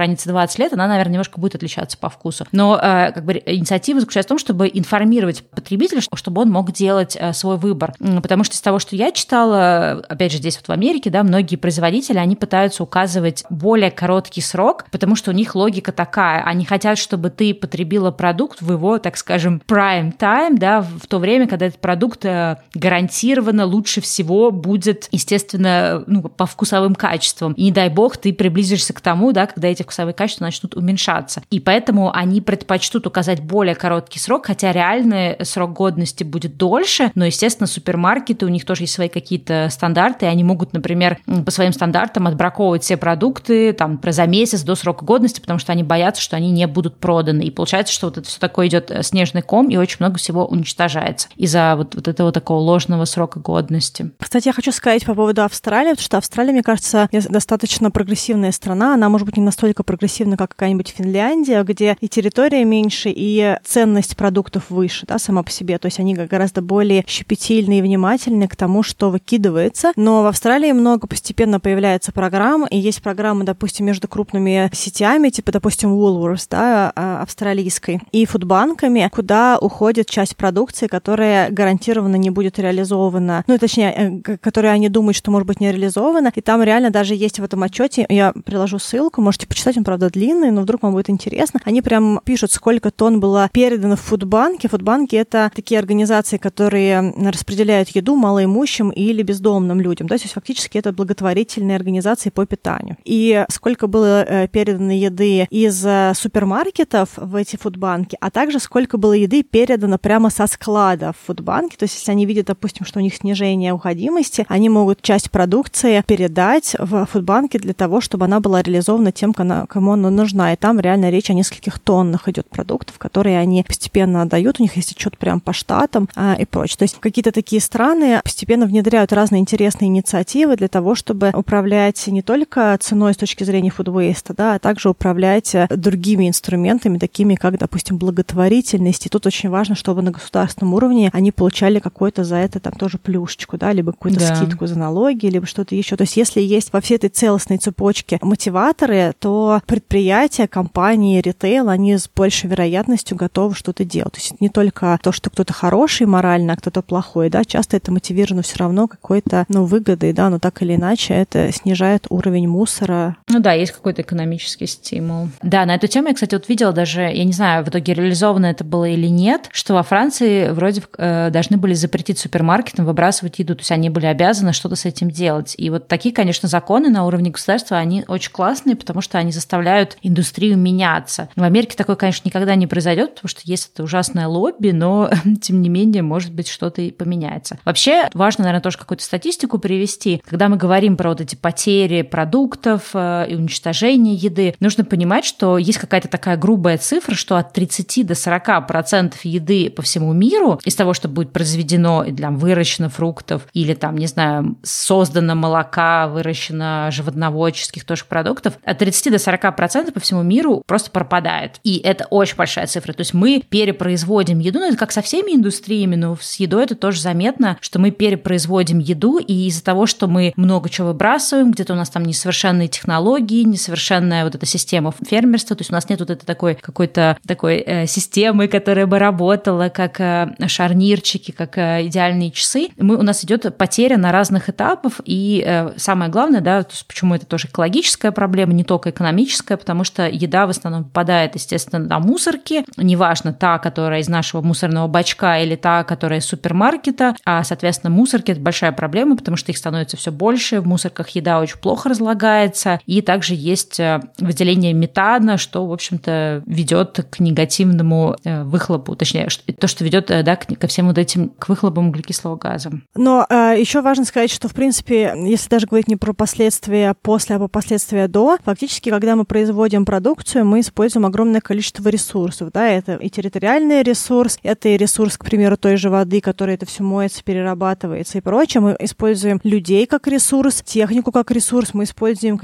20 лет, она, наверное, немножко будет отличаться по вкусу. Но как бы инициатива заключается в том, чтобы информировать потребителя, чтобы он мог делать свой выбор. Потому что из того, что я читала, опять же, здесь вот в Америке, да, многие производители, они пытаются указывать более короткий срок, потому что у них логика такая. Они хотят, чтобы ты потребила продукт в его, так скажем, prime time, да, в то время, когда этот продукт гарантированно лучше всего будет, естественно, по вкусовым качествам. И не дай бог, ты приблизишься к тому, да, когда эти вкусовые качества начнут уменьшаться. И поэтому они предпочтут указать более короткий срок, хотя реальный срок годности будет дольше, но, естественно, супермаркеты, у них тоже есть свои какие-то стандарты, и они могут, например, по своим стандартам отбраковывать все продукты там за месяц до срока годности, потому что они боятся, что они не будут проданы. И получается, что вот это все такое идет снежный ком, и очень много всего уничтожается из-за вот этого такого ложного срока годности. Кстати, я хочу сказать по поводу Австралии, потому что Австралия, мне кажется, достаточно прогрессивная страна. Она, может быть, не настолько прогрессивна, как какая-нибудь Финляндия, где и территория меньше, и ценность продуктов выше, да, сама по себе. То есть они гораздо более щепетильны и внимательны к тому, что выкидывается. Но в Австралии много постепенно появляется программ, и есть программы, допустим, между крупными сетями, типа, допустим, Woolworths, да, австралийской, и фудбанками, куда уходит часть продукции, которая гарантированно не будет реализована, точнее, которая они думают, что может быть не реализована, и там реально даже есть в этом отчете, я приложу ссылку, можете почитать, он, правда, длинный, но вдруг вам будет интересно, они прям пишут, сколько тонн было передано в фудбанки. Фудбанки — это такие организации, которые распределяют еду малоимущим или бездомным людям, то есть фактически это благотворительные организации по питанию. И сколько было передано еды из супермаркетов в эти фудбанки, а также сколько было еды передано прямо со склада в фудбанки, то есть если они видят, допустим, что у них снижение уходимости, они могут часть продукции передать в фудбанки для того, чтобы она была реализована тем, кому она нужна. И там реально речь о нескольких тоннах идет продуктов, которые они постепенно отдают, у них есть отчет прям по штатам и прочее. То есть какие-то такие страны постепенно внедряют разные интересные инициативы для того, чтобы управлять не только ценой с точки зрения фудвейста, да, а также управлять другими инструментами, такими как, допустим, благотворительность. И тут очень важно, чтобы на государственном уровне они получали какой-то за это там тоже плюшечку, да, либо какую-то скидку за налоги, либо что-то еще. То есть если есть во всей этой целостной цепочке мотиваторы, то предприятия, компании, ритейл, они с большей вероятностью готовы что-то делать. То есть не только то, что кто-то хороший морально, а кто-то плохой, да, часто это мотивировано все равно какой-то, выгодой, да, но так или иначе это снижает уровень мусора. Есть какой-то экономический стимул. Да, на эту тему я, кстати, видела даже, я не знаю, в итоге реализовано это было или нет, что во Франции вроде должны были запретить супермаркетам выбрасывать еду, то есть они были обязаны что-то с этим делать. И вот такие, конечно, законы на уровне государства, они очень классные, потому что они заставляют индустрию меняться. В Америке такое, конечно, никогда не произойдет, потому что есть это ужасное лобби, но, тем не менее, может быть, что-то и поменяется. Вообще, важно, наверное, тоже какую-то статистику привести. Когда мы говорим про вот эти потери продуктов и уничтожение еды, нужно понимать, что есть какая-то такая грубая цифра, что от 30 до 40% еды по всему миру из того, что будет произведено, выращено фруктов или там, не знаю, создано молока, выращено животноводческих тоже продуктов, от 30 до 40% по всему миру просто пропадает. И это очень большая цифра. То есть мы перепроизводим еду, это как со всеми индустриями, но с едой это тоже заметно, что мы перепроизводим еду, и из-за того, что мы много чего выбрасываем, где-то у нас там несовершенные технологии, несовершенная вот эта система фермерства, то есть у нас нет вот этой какой-то такой системы, которая бы работала как шарнирчики, как идеальные часы. У нас идет потеря на разных этапах, и самое главное, да, почему это тоже экологическая проблема, не только экономическая, потому что еда в основном попадает, естественно, на мусорки, неважно, та, которая из нашего мусорного бачка или та, которая из супермаркета, а, соответственно, мусорки — это большая проблема, потому что их становится все больше, в мусорках еда очень плохо разлагается, и также есть выделение метана, что, в общем-то, ведет к негативному выхлопу, точнее, то, что ведет, да, ко всем вот этим, к выхлопам углекислого газа. Но еще важно сказать, что, в принципе, если даже говорить не про последствия после, а про последствия до, фактически, когда мы производим продукцию, мы используем огромное количество ресурсов, да, это и территориальный ресурс, это и ресурс, к примеру, той же воды, которая это все моется, перерабатывается и прочее. Мы используем людей как ресурс, технику как ресурс, мы используем какие-то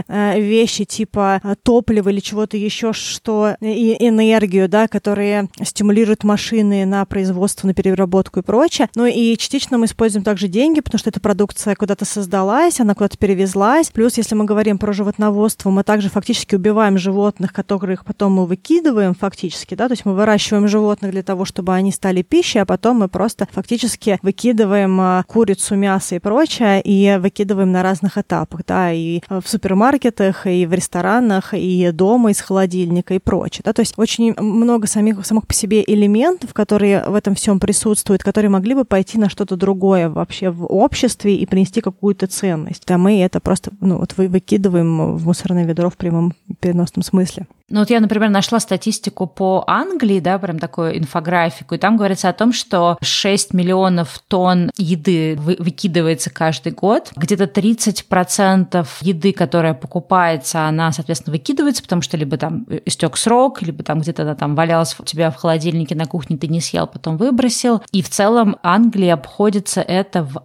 вещи типа топлива или чего-то еще, что и энергию, да, которые стимулируют машины на производство, на переработку и прочее. Ну и частично мы используем также деньги, потому что эта продукция куда-то создалась, она куда-то перевезлась. Плюс, если мы говорим про животноводство, мы также фактически убиваем животных, которых потом мы выкидываем фактически, да, то есть мы выращиваем животных для того, чтобы они стали пищей, а потом мы просто фактически выкидываем курицу, мясо и прочее, и выкидываем на разных этапах, да, и в супермаркетах, и в ресторанах, и дома из холодильника и прочее, да, то есть очень много самих по себе элементов, которые в этом всем присутствуют, которые могли бы пойти на что-то другое вообще в обществе и принести какую-то ценность. Да, мы это просто, выкидываем в мусорное ведро в прямом переносном смысле. Ну вот я, например, нашла статистику по Англии, да, прям такую инфографику, и там говорится о том, что 6 миллионов тонн еды выкидывается каждый год. Где-то 30% еды, которая покупается, она, соответственно, выкидывается, потому что либо там истек срок, либо там где-то она там валялась у тебя в холодильнике на кухне, ты не съел, потом выбросил. И в целом Англии обходится это в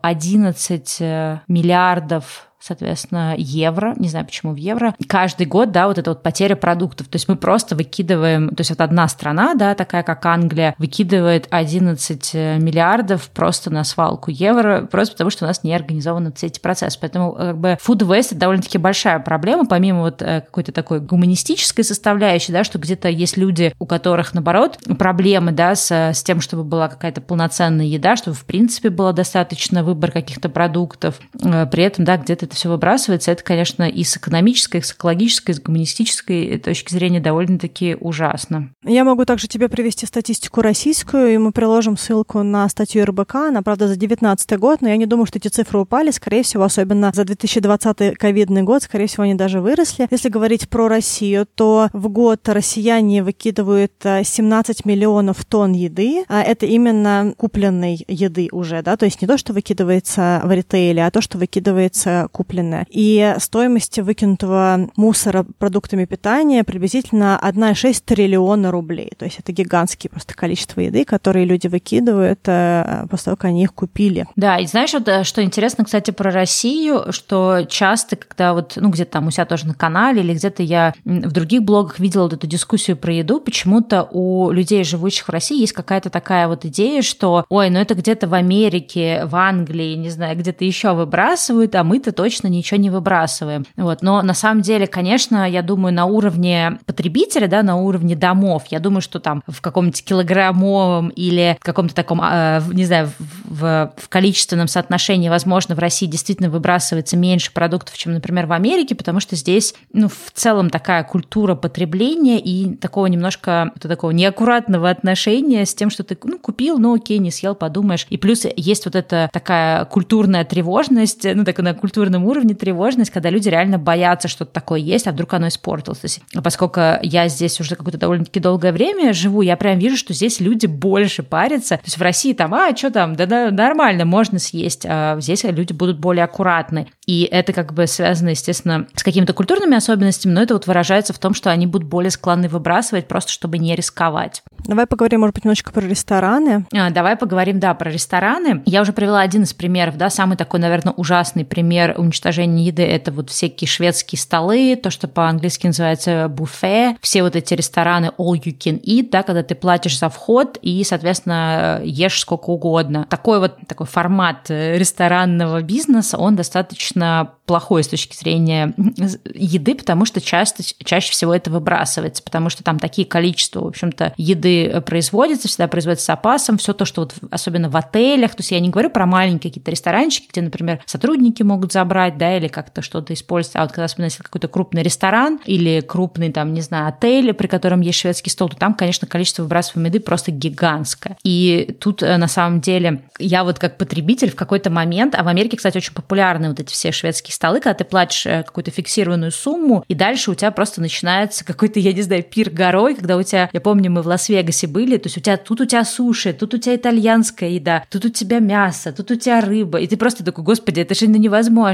11 миллиардов, соответственно, евро, не знаю, почему в евро, каждый год, да, вот эта вот потеря продуктов, то есть мы просто выкидываем, то есть вот одна страна, да, такая как Англия, выкидывает 11 миллиардов просто на свалку евро, просто потому что у нас не организованы все эти процессы, поэтому как бы food waste — это довольно-таки большая проблема, помимо вот какой-то такой гуманистической составляющей, да, что где-то есть люди, у которых, наоборот, проблемы, да, с тем, чтобы была какая-то полноценная еда, чтобы, в принципе, было достаточно выбор каких-то продуктов, при этом, да, где-то это все выбрасывается, это, конечно, и с экономической, и с экологической, и с гуманистической точки зрения довольно-таки ужасно. Я могу также тебе привести статистику российскую, и мы приложим ссылку на статью РБК, она, правда, за 2019 год, но я не думаю, что эти цифры упали, скорее всего, особенно за 2020 ковидный год, скорее всего, они даже выросли. Если говорить про Россию, то в год россияне выкидывают 17 миллионов тонн еды, а это именно купленной еды уже, да, то есть не то, что выкидывается в ритейле, а то, что выкидывается купленное. И стоимость выкинутого мусора продуктами питания приблизительно 1,6 триллиона рублей. То есть это гигантское просто количество еды, которые люди выкидывают после того, как они их купили. Да, и знаешь, вот, что интересно, кстати, про Россию, что часто, когда вот, где-то там у себя тоже на канале или где-то я в других блогах видела вот эту дискуссию про еду, почему-то у людей, живущих в России, есть какая-то такая вот идея, что, ой, это где-то в Америке, в Англии, не знаю, где-то еще выбрасывают, а мы-то точно ничего не выбрасываем. Вот. Но на самом деле, конечно, я думаю, на уровне потребителя, да, на уровне домов, я думаю, что там в каком-нибудь килограммовом или в каком-то таком, не знаю, в количественном соотношении, возможно, в России действительно выбрасывается меньше продуктов, чем, например, в Америке, потому что здесь, в целом такая культура потребления и такого немножко такого неаккуратного отношения с тем, что ты, купил, окей, не съел, подумаешь. И плюс есть вот эта такая культурная тревожность, такая на культурном уровне тревожность, когда люди реально боятся, что такое есть, а вдруг оно испортилось. То есть, поскольку я здесь уже какое-то довольно-таки долгое время живу, я прям вижу, что здесь люди больше парятся. То есть в России там, что там, да нормально, можно съесть, а здесь люди будут более аккуратны. И это как бы связано, естественно, с какими-то культурными особенностями, но это вот выражается в том, что они будут более склонны выбрасывать, просто чтобы не рисковать. Давай поговорим, может быть, немножечко про рестораны. Давай поговорим, да, про рестораны. Я уже привела один из примеров, да, самый такой, наверное, ужасный пример уничтожения еды – это вот всякие шведские столы, то, что по-английски называется буфе, все вот эти рестораны all you can eat, да, когда ты платишь за вход и, соответственно, ешь сколько угодно. Такой формат ресторанного бизнеса, он достаточно плохой с точки зрения еды, потому что чаще всего это выбрасывается, потому что там такие количества, в общем-то, еды производится, всегда производится с запасом, все то, что вот особенно в отелях, то есть я не говорю про маленькие какие-то ресторанчики, где, например, сотрудники могут забрать, да, или как-то что-то использовать, а вот когда особенно если какой-то крупный ресторан или крупный, там, не знаю, отель, при котором есть шведский стол, то там, конечно, количество выбрасываемой еды просто гигантское. И тут, на самом деле, я вот как потребитель в какой-то момент, а в Америке, кстати, очень популярны вот эти все шведские столы, когда ты платишь какую-то фиксированную сумму, и дальше у тебя просто начинается какой-то, я не знаю, пир горой, когда у тебя, я помню, мы в Лас-Вегасе были, то есть тут у тебя суши, тут у тебя итальянская еда, тут у тебя мясо, тут у тебя рыба, и ты просто такой, господи, это же невозможно.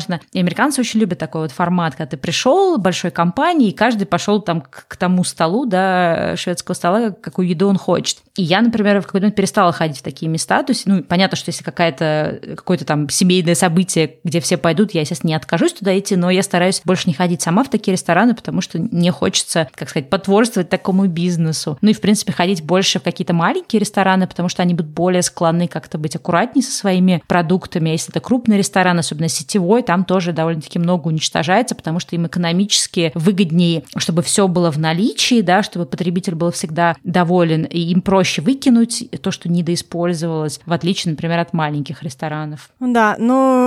можно. И американцы очень любят такой вот формат, когда ты пришел большой компании, и каждый пошел там к тому столу, да, шведского стола, какую еду он хочет. И я, например, в какой-то момент перестала ходить в такие места. То есть, понятно, что если какое-то там семейное событие, где все пойдут, я, естественно, не откажусь туда идти, но я стараюсь больше не ходить сама в такие рестораны, потому что не хочется, как сказать, потворствовать такому бизнесу. И, в принципе, ходить больше в какие-то маленькие рестораны, потому что они будут более склонны как-то быть аккуратнее со своими продуктами. А если это крупный ресторан, особенно сетевой, там тоже довольно-таки много уничтожается, потому что им экономически выгоднее, чтобы все было в наличии, да, чтобы потребитель был всегда доволен, и им проще выкинуть то, что недоиспользовалось, в отличие, например, от маленьких ресторанов. Да,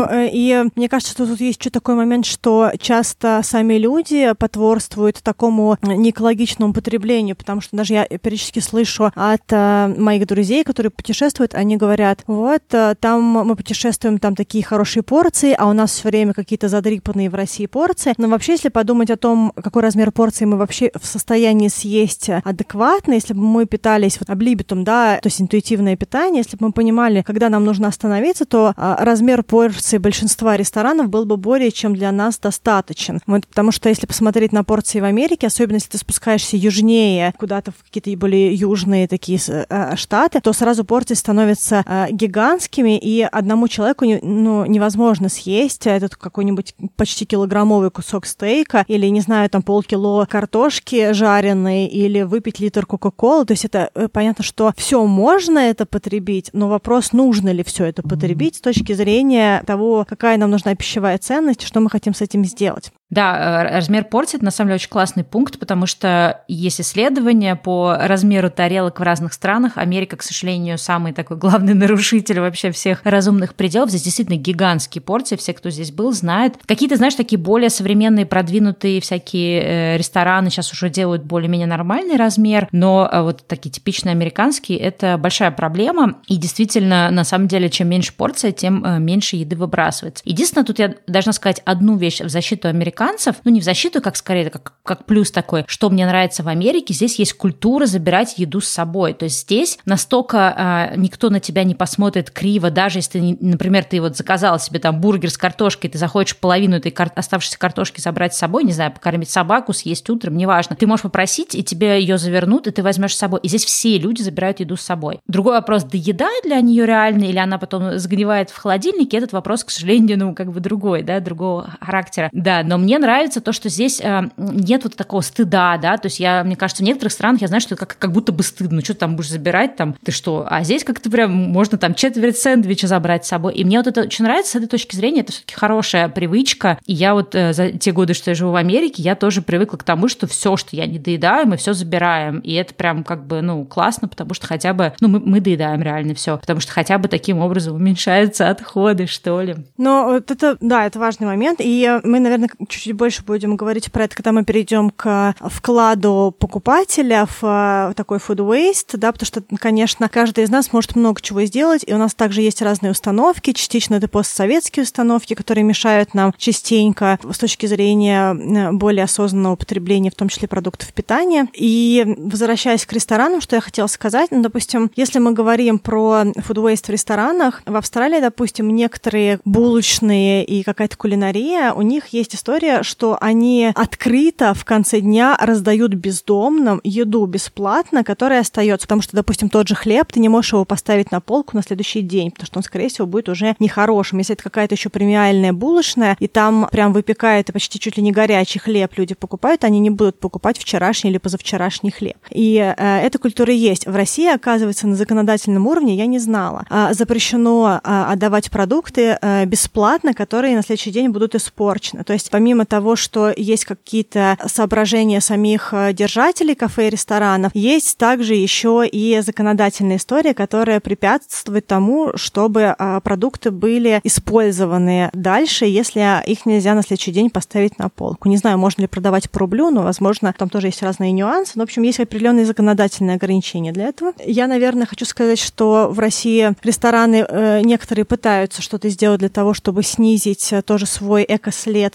и мне кажется, что тут есть еще такой момент, что часто сами люди потворствуют такому неэкологичному потреблению, потому что даже я периодически слышу от моих друзей, которые путешествуют, они говорят, вот, там мы путешествуем, там такие хорошие порции, а у нас все время какие-то задрипанные в России порции. Но вообще, если подумать о том, какой размер порции мы вообще в состоянии съесть адекватно, если бы мы питались вот облибитум, да, то есть интуитивное питание, если бы мы понимали, когда нам нужно остановиться, то размер порции большинства ресторанов был бы более чем для нас достаточен. Вот, потому что если посмотреть на порции в Америке, особенно если ты спускаешься южнее, куда-то в какие-то более южные такие штаты, то сразу порции становятся гигантскими, и одному человеку невозможно съесть этот какой-нибудь почти килограммовый кусок стейка или, не знаю, там полкило картошки жареной или выпить литр кока-колы. То есть это понятно, что все можно это потребить, но вопрос, нужно ли все это потребить с точки зрения того, какая нам нужна пищевая ценность, что мы хотим с этим сделать. Да, размер порции – это на самом деле очень классный пункт, потому что есть исследования по размеру тарелок в разных странах. Америка, к сожалению, самый такой главный нарушитель вообще всех разумных пределов. Здесь действительно гигантские порции, все, кто здесь был, знают. Какие-то, знаешь, такие более современные, продвинутые всякие рестораны сейчас уже делают более-менее нормальный размер, но вот такие типичные американские – это большая проблема. И действительно, на самом деле, чем меньше порция, тем меньше еды выбрасывается. Единственное, тут я должна сказать одну вещь в защиту американцев, не в защиту, как скорее, как плюс такой, что мне нравится в Америке, здесь есть культура забирать еду с собой. То есть здесь настолько никто на тебя не посмотрит криво, даже если, например, ты вот заказала себе там бургер с картошкой, ты захочешь половину этой оставшейся картошки забрать с собой, не знаю, покормить собаку, съесть утром, неважно. Ты можешь попросить, и тебе ее завернут, и ты возьмешь с собой. И здесь все люди забирают еду с собой. Другой вопрос, доедает ли они ее реально, или она потом сгнивает в холодильнике, этот вопрос, к сожалению, другой, да, другого характера. Да, но мне нравится то, что здесь нет вот такого стыда, да, то есть мне кажется, в некоторых странах я знаю, что как будто бы стыдно, что ты там будешь забирать, там, ты что, а здесь как-то прям можно там четверть сэндвича забрать с собой, и мне вот это очень нравится с этой точки зрения, это все-таки хорошая привычка, и я вот за те годы, что я живу в Америке, я тоже привыкла к тому, что все, что я не доедаю, мы все забираем, и это прям как бы, классно, потому что хотя бы, мы доедаем реально все, потому что хотя бы таким образом уменьшаются отходы, что ли. Но вот это, да, это важный момент, и мы, наверное, чуть-чуть больше будем говорить про это, когда мы перейдем к вкладу покупателя в такой food waste, да, потому что, конечно, каждый из нас может много чего сделать, и у нас также есть разные установки, частично это постсоветские установки, которые мешают нам частенько с точки зрения более осознанного потребления, в том числе продуктов питания. И возвращаясь к ресторанам, что я хотела сказать, допустим, если мы говорим про food waste в ресторанах, в Австралии, допустим, некоторые булочные и какая-то кулинария, у них есть история, что они открыто в конце дня раздают бездомным еду бесплатно, которая остается, потому что, допустим, тот же хлеб, ты не можешь его поставить на полку на следующий день, потому что он, скорее всего, будет уже нехорошим. Если это какая-то еще премиальная булочная, и там прям выпекают и почти чуть ли не горячий хлеб люди покупают, они не будут покупать вчерашний или позавчерашний хлеб. И эта культура есть. В России, оказывается, на законодательном уровне, я не знала, запрещено отдавать продукты бесплатно, которые на следующий день будут испорчены. То есть помимо того, что есть какие-то соображения самих держателей кафе и ресторанов, есть также еще и законодательная история, которая препятствует тому, чтобы продукты были использованы дальше, если их нельзя на следующий день поставить на полку. Не знаю, можно ли продавать по рублю, но, возможно, там тоже есть разные нюансы. Но, в общем, есть определенные законодательные ограничения для этого. Я, наверное, хочу сказать, что в России рестораны некоторые пытаются что-то сделать для того, чтобы снизить тоже свой экослед с точки зрения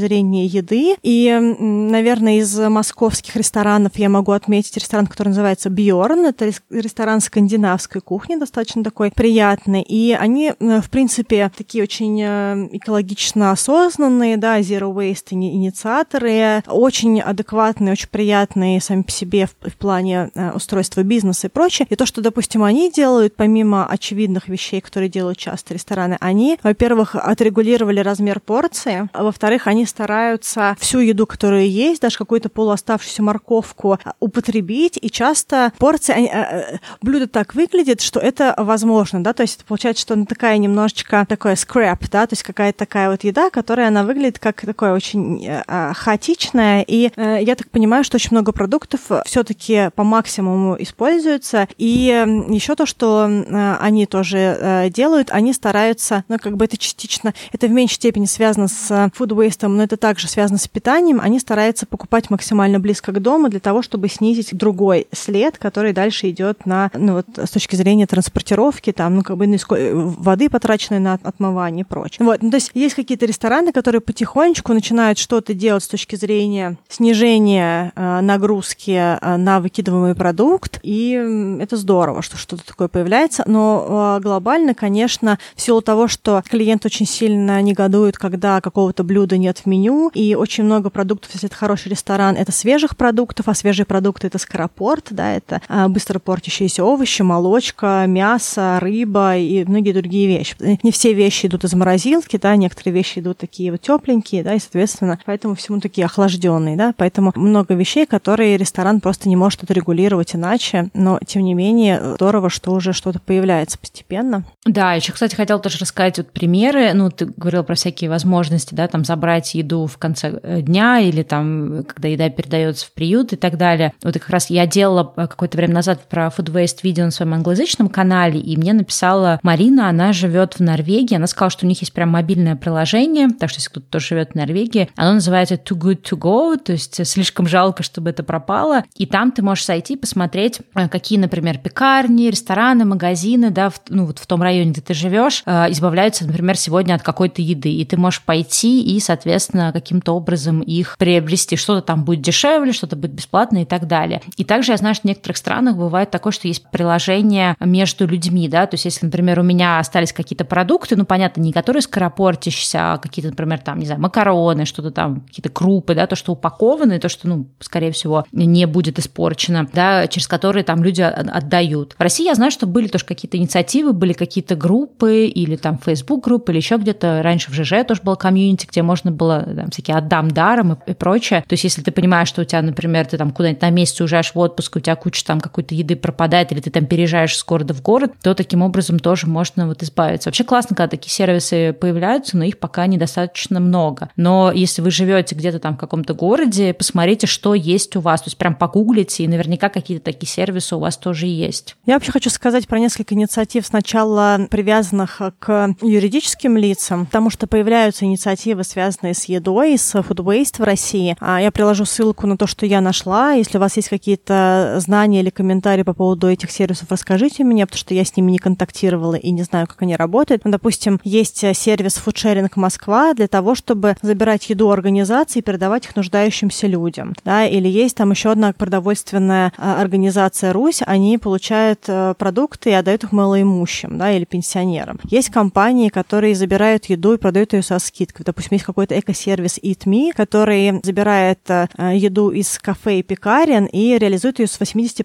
зрения еды. И, наверное, из московских ресторанов я могу отметить ресторан, который называется Бьорн. Это ресторан скандинавской кухни, достаточно такой приятный. И они, в принципе, такие очень экологично осознанные, да, zero waste инициаторы, очень адекватные, очень приятные сами по себе в плане устройства бизнеса и прочее. И то, что, допустим, они делают, помимо очевидных вещей, которые делают часто рестораны, они, во-первых, отрегулировали размер порции, а во-вторых, они стараются всю еду, которая есть, даже какую-то полуоставшуюся морковку употребить, и часто порции, блюдо так выглядит, что это возможно, да, то есть получается, что она такая немножечко такое scrap, да, то есть какая-то такая вот еда, которая она выглядит как такое очень хаотичная, и я так понимаю, что очень много продуктов все-таки по максимуму используются, и еще то, что они тоже делают, они стараются, ну, как бы это частично, это в меньшей степени связано с food waste, но это также связано с питанием, они стараются покупать максимально близко к дому для того, чтобы снизить другой след, который дальше идет на, ну, вот, с точки зрения транспортировки, там, ну, как бы воды, потраченной на отмывание и прочее. Вот, ну, то есть есть какие-то рестораны, которые потихонечку начинают что-то делать с точки зрения снижения нагрузки на выкидываемый продукт, и это здорово, что что-то такое появляется, но глобально, конечно, в силу того, что клиент очень сильно негодует, когда какого-то блюда нет в меню, и очень много продуктов, если это хороший ресторан, это свежих продуктов, а свежие продукты — это скоропорт, да, это быстро портящиеся овощи, молочка, мясо, рыба и многие другие вещи. Не все вещи идут из морозилки, да, некоторые вещи идут такие вот тепленькие, да, и, соответственно, поэтому всему такие охлажденные, да, поэтому много вещей, которые ресторан просто не может отрегулировать иначе, но, тем не менее, здорово, что уже что-то появляется постепенно. Да, еще, кстати, хотела тоже рассказать вот примеры, ну, ты говорила про всякие возможности, да, там, забрать еду в конце дня или там, когда еда передается в приют и так далее. Вот и как раз я делала какое-то время назад про food waste видео на своем англоязычном канале, и мне написала Марина, она живет в Норвегии, она сказала, что у них есть прям мобильное приложение, так что если кто-то тоже живет в Норвегии, оно называется Too Good To Go, то есть слишком жалко, чтобы это пропало, и там ты можешь зайти и посмотреть, какие, например, пекарни, рестораны, магазины, да, ну вот в том районе, где ты живешь, избавляются, например, сегодня от какой-то еды, и ты можешь пойти и, соответственно, каким-то образом их приобрести. Что-то там будет дешевле, что-то будет бесплатно и так далее. И также я знаю, что в некоторых странах бывает такое, что есть приложение между людьми, да, то есть если, например, у меня остались какие-то продукты, ну, понятно, не которые скоропортящиеся, а какие-то, например, там, не знаю, макароны, что-то там, какие-то крупы, да, то, что упаковано, то, что, ну, скорее всего, не будет испорчено, да, через которые там люди отдают. В России я знаю, что были тоже какие-то инициативы, были какие-то группы или там Facebook-группы или еще где-то. Раньше в ЖЖ тоже было комьюнити, где можно было там, всякие «отдам даром» и прочее. То есть если ты понимаешь, что у тебя, например, ты там куда-нибудь на месяц уезжаешь в отпуск, у тебя куча там какой-то еды пропадает, или ты там переезжаешь с города в город, то таким образом тоже можно вот избавиться. Вообще классно, когда такие сервисы появляются, но их пока недостаточно много. Но если вы живете где-то там в каком-то городе, посмотрите, что есть у вас. То есть прям погуглите, и наверняка какие-то такие сервисы у вас тоже есть. Я вообще хочу сказать про несколько инициатив, сначала привязанных к юридическим лицам, потому что появляются инициативы, связанные с едой, с food waste в России. Я приложу ссылку на то, что я нашла. Если у вас есть какие-то знания или комментарии по поводу этих сервисов, расскажите мне, потому что я с ними не контактировала и не знаю, как они работают. Допустим, есть сервис Food Sharing Москва для того, чтобы забирать еду организаций и передавать их нуждающимся людям. Да? Или есть там еще одна продовольственная организация «Русь», они получают продукты и отдают их малоимущим, да, или пенсионерам. Есть компании, которые забирают еду и продают ее со скидкой. Допустим, есть какой-то экосервис Eat Me, который забирает еду из кафе и пекарен и реализует ее с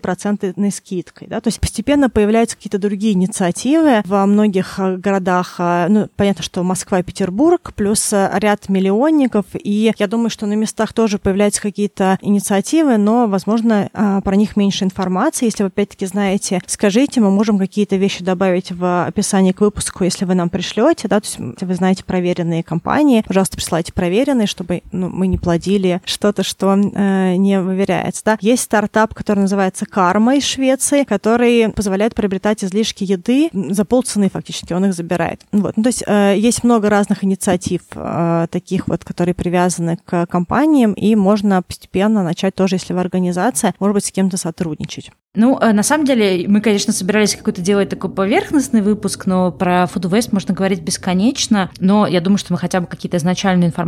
80% скидкой. Да? То есть постепенно появляются какие-то другие инициативы во многих городах. Ну, понятно, что Москва и Петербург, плюс ряд миллионников. И я думаю, что на местах тоже появляются какие-то инициативы, но, возможно, про них меньше информации. Если вы, опять-таки, знаете, скажите, мы можем какие-то вещи добавить в описание к выпуску, если вы нам пришлете, да, то есть если вы знаете проверенные компании, пожалуйста, присылайте проверенные, чтобы мы не плодили что-то, что не выверяется. Да. Есть стартап, который называется Karma из Швеции, который позволяет приобретать излишки еды за полцены фактически, он их забирает. Вот. Ну, то есть есть много разных инициатив таких вот, которые привязаны к компаниям, и можно постепенно начать тоже, если вы организация, может быть, с кем-то сотрудничать. Ну, на самом деле, мы, конечно, собирались какой-то делать такой поверхностный выпуск, но про food waste можно говорить бесконечно, но я думаю, что мы хотя бы какие-то изначальную информацию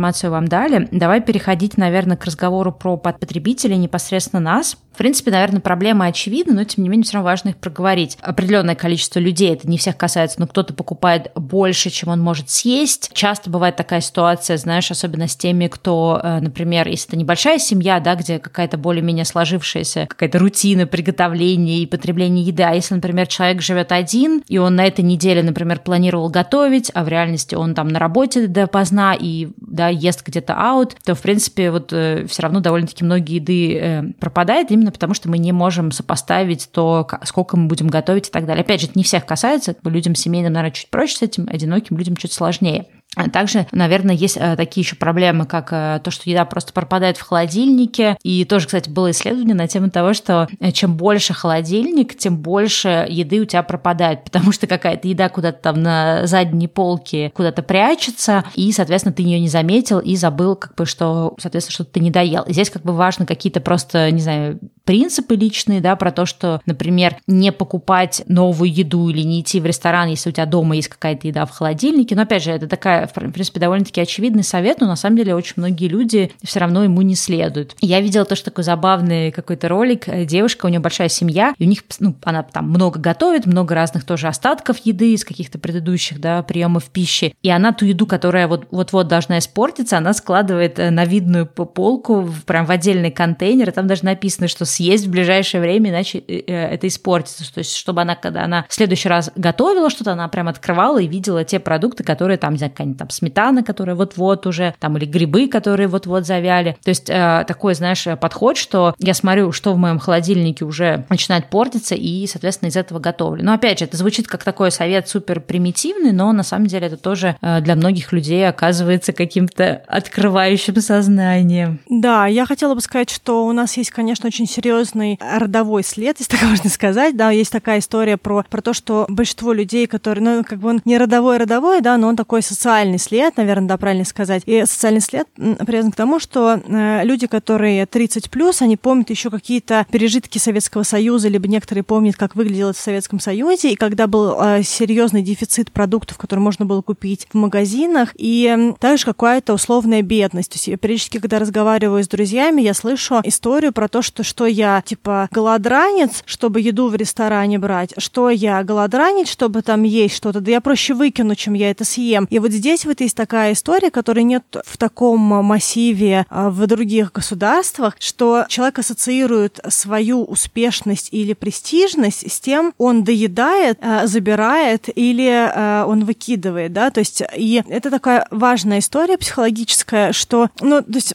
информацию вам дали. Давай переходить, наверное, к разговору про потребителей, непосредственно нас. В принципе, наверное, проблемы очевидны, но, тем не менее, все равно важно их проговорить. Определенное количество людей, это не всех касается, но кто-то покупает больше, чем он может съесть. Часто бывает такая ситуация, знаешь, особенно с теми, кто, например, если это небольшая семья, да, где какая-то более-менее сложившаяся какая-то рутина приготовления и потребления еды, а если, например, человек живет один, и он на этой неделе, например, планировал готовить, а в реальности он там на работе допоздна и, да, ест где-то аут, то, в принципе, вот все равно довольно-таки много еды пропадает, именно потому что мы не можем сопоставить то, сколько мы будем готовить и так далее. Опять же, это не всех касается, людям семейным, наверное, чуть проще с этим, одиноким людям чуть сложнее. Также, наверное, есть такие еще проблемы, как то, что еда просто пропадает в холодильнике. И тоже, кстати, было исследование на тему того, что чем больше холодильник, тем больше еды у тебя пропадает, потому что какая-то еда куда-то там на задней полке куда-то прячется, и, соответственно, ты ее не заметил и забыл, как бы, что, соответственно, что-то ты не доел. И здесь как бы важно какие-то просто, не знаю, принципы личные, да, про то, что, например, не покупать новую еду или не идти в ресторан, если у тебя дома есть какая-то еда в холодильнике. Но, опять же, это такая, в принципе, довольно-таки очевидный совет, но на самом деле очень многие люди все равно ему не следуют. Я видела тоже такой забавный какой-то ролик. Девушка, у нее большая семья, и у них, она там много готовит, много разных тоже остатков еды из каких-то предыдущих, да, приемов пищи. И она ту еду, которая вот-вот должна испортиться, она складывает на видную полку, прям в отдельный контейнер, и там даже написано, что съесть в ближайшее время, иначе это испортится. То есть, чтобы она, когда она в следующий раз готовила что-то, она прям открывала и видела те продукты, которые там, не знаю, какая-нибудь там сметана, которая вот-вот уже, там, или грибы, которые вот-вот завяли. То есть, такой, знаешь, подход, что я смотрю, что в моем холодильнике уже начинает портиться, и, соответственно, из этого готовлю. Но, опять же, это звучит как такой совет супер примитивный, но на самом деле это тоже для многих людей оказывается каким-то открывающим сознанием. Да, я хотела бы сказать, что у нас есть, конечно, очень серьезный родовой след, если так можно сказать. Да, есть такая история про то, что большинство людей, которые, как бы он не родовой, да, но он такой социальный след, наверное, да, правильно сказать. И социальный след привязан к тому, что люди, которые 30+, они помнят еще какие-то пережитки Советского Союза, либо некоторые помнят, как выглядело это в Советском Союзе, и когда был серьезный дефицит продуктов, которые можно было купить в магазинах, и также какая-то условная бедность. То есть я периодически, когда разговариваю с друзьями, я слышу историю про то, что я, типа, голодранец, чтобы еду в ресторане брать, что я голодранец, чтобы там есть что-то, да я проще выкину, чем я это съем. И вот здесь вот есть такая история, которой нет в таком массиве в других государствах, что человек ассоциирует свою успешность или престижность с тем, он доедает, забирает или он выкидывает, да, то есть и это такая важная история психологическая, что, то есть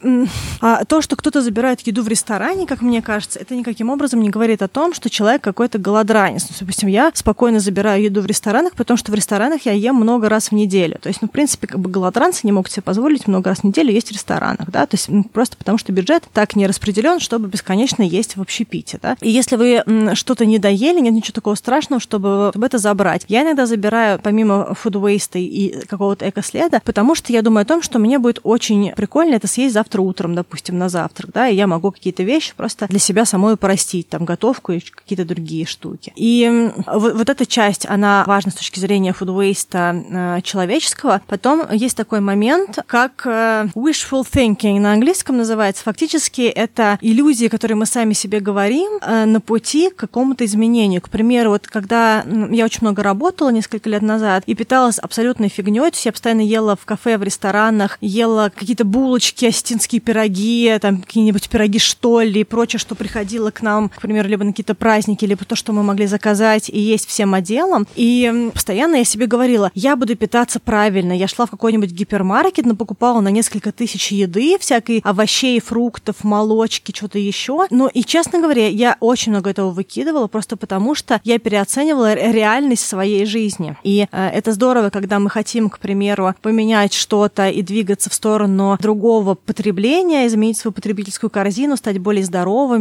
то, что кто-то забирает еду в ресторане, как мне кажется, это никаким образом не говорит о том, что человек какой-то голодранец. Допустим, я спокойно забираю еду в ресторанах, потому что в ресторанах я ем много раз в неделю. То есть, в принципе, как бы голодранцы не могут себе позволить много раз в неделю есть в ресторанах, да, то есть просто потому что бюджет так не распределен, чтобы бесконечно есть в общепите, да. И если вы что-то не доели, нет ничего такого страшного, чтобы это забрать. Я иногда забираю помимо food waste и какого-то экоследа, потому что я думаю о том, что мне будет очень прикольно это съесть завтра утром, допустим, на завтрак, да, и я могу какие-то вещи просто для себя самой порастить, там, готовку и какие-то другие штуки. И вот эта часть, она важна с точки зрения food waste человеческого. Потом есть такой момент, как wishful thinking на английском называется. Фактически это иллюзии, которые мы сами себе говорим на пути к какому-то изменению. К примеру, вот когда я очень много работала несколько лет назад и питалась абсолютной фигней, то есть я постоянно ела в кафе, в ресторанах, ела какие-то булочки, осетинские пироги, там какие-нибудь пироги штолли и прочее, что приходило к нам, к примеру, либо на какие-то праздники, либо то, что мы могли заказать и есть всем отделом. И постоянно я себе говорила, я буду питаться правильно. Я шла в какой-нибудь гипермаркет, покупала на несколько тысяч еды, всякой овощей, фруктов, молочки, что-то еще. Ну и, честно говоря, я очень много этого выкидывала, просто потому что я переоценивала реальность своей жизни. И это здорово, когда мы хотим, к примеру, поменять что-то и двигаться в сторону другого потребления, изменить свою потребительскую корзину, стать более здоровыми,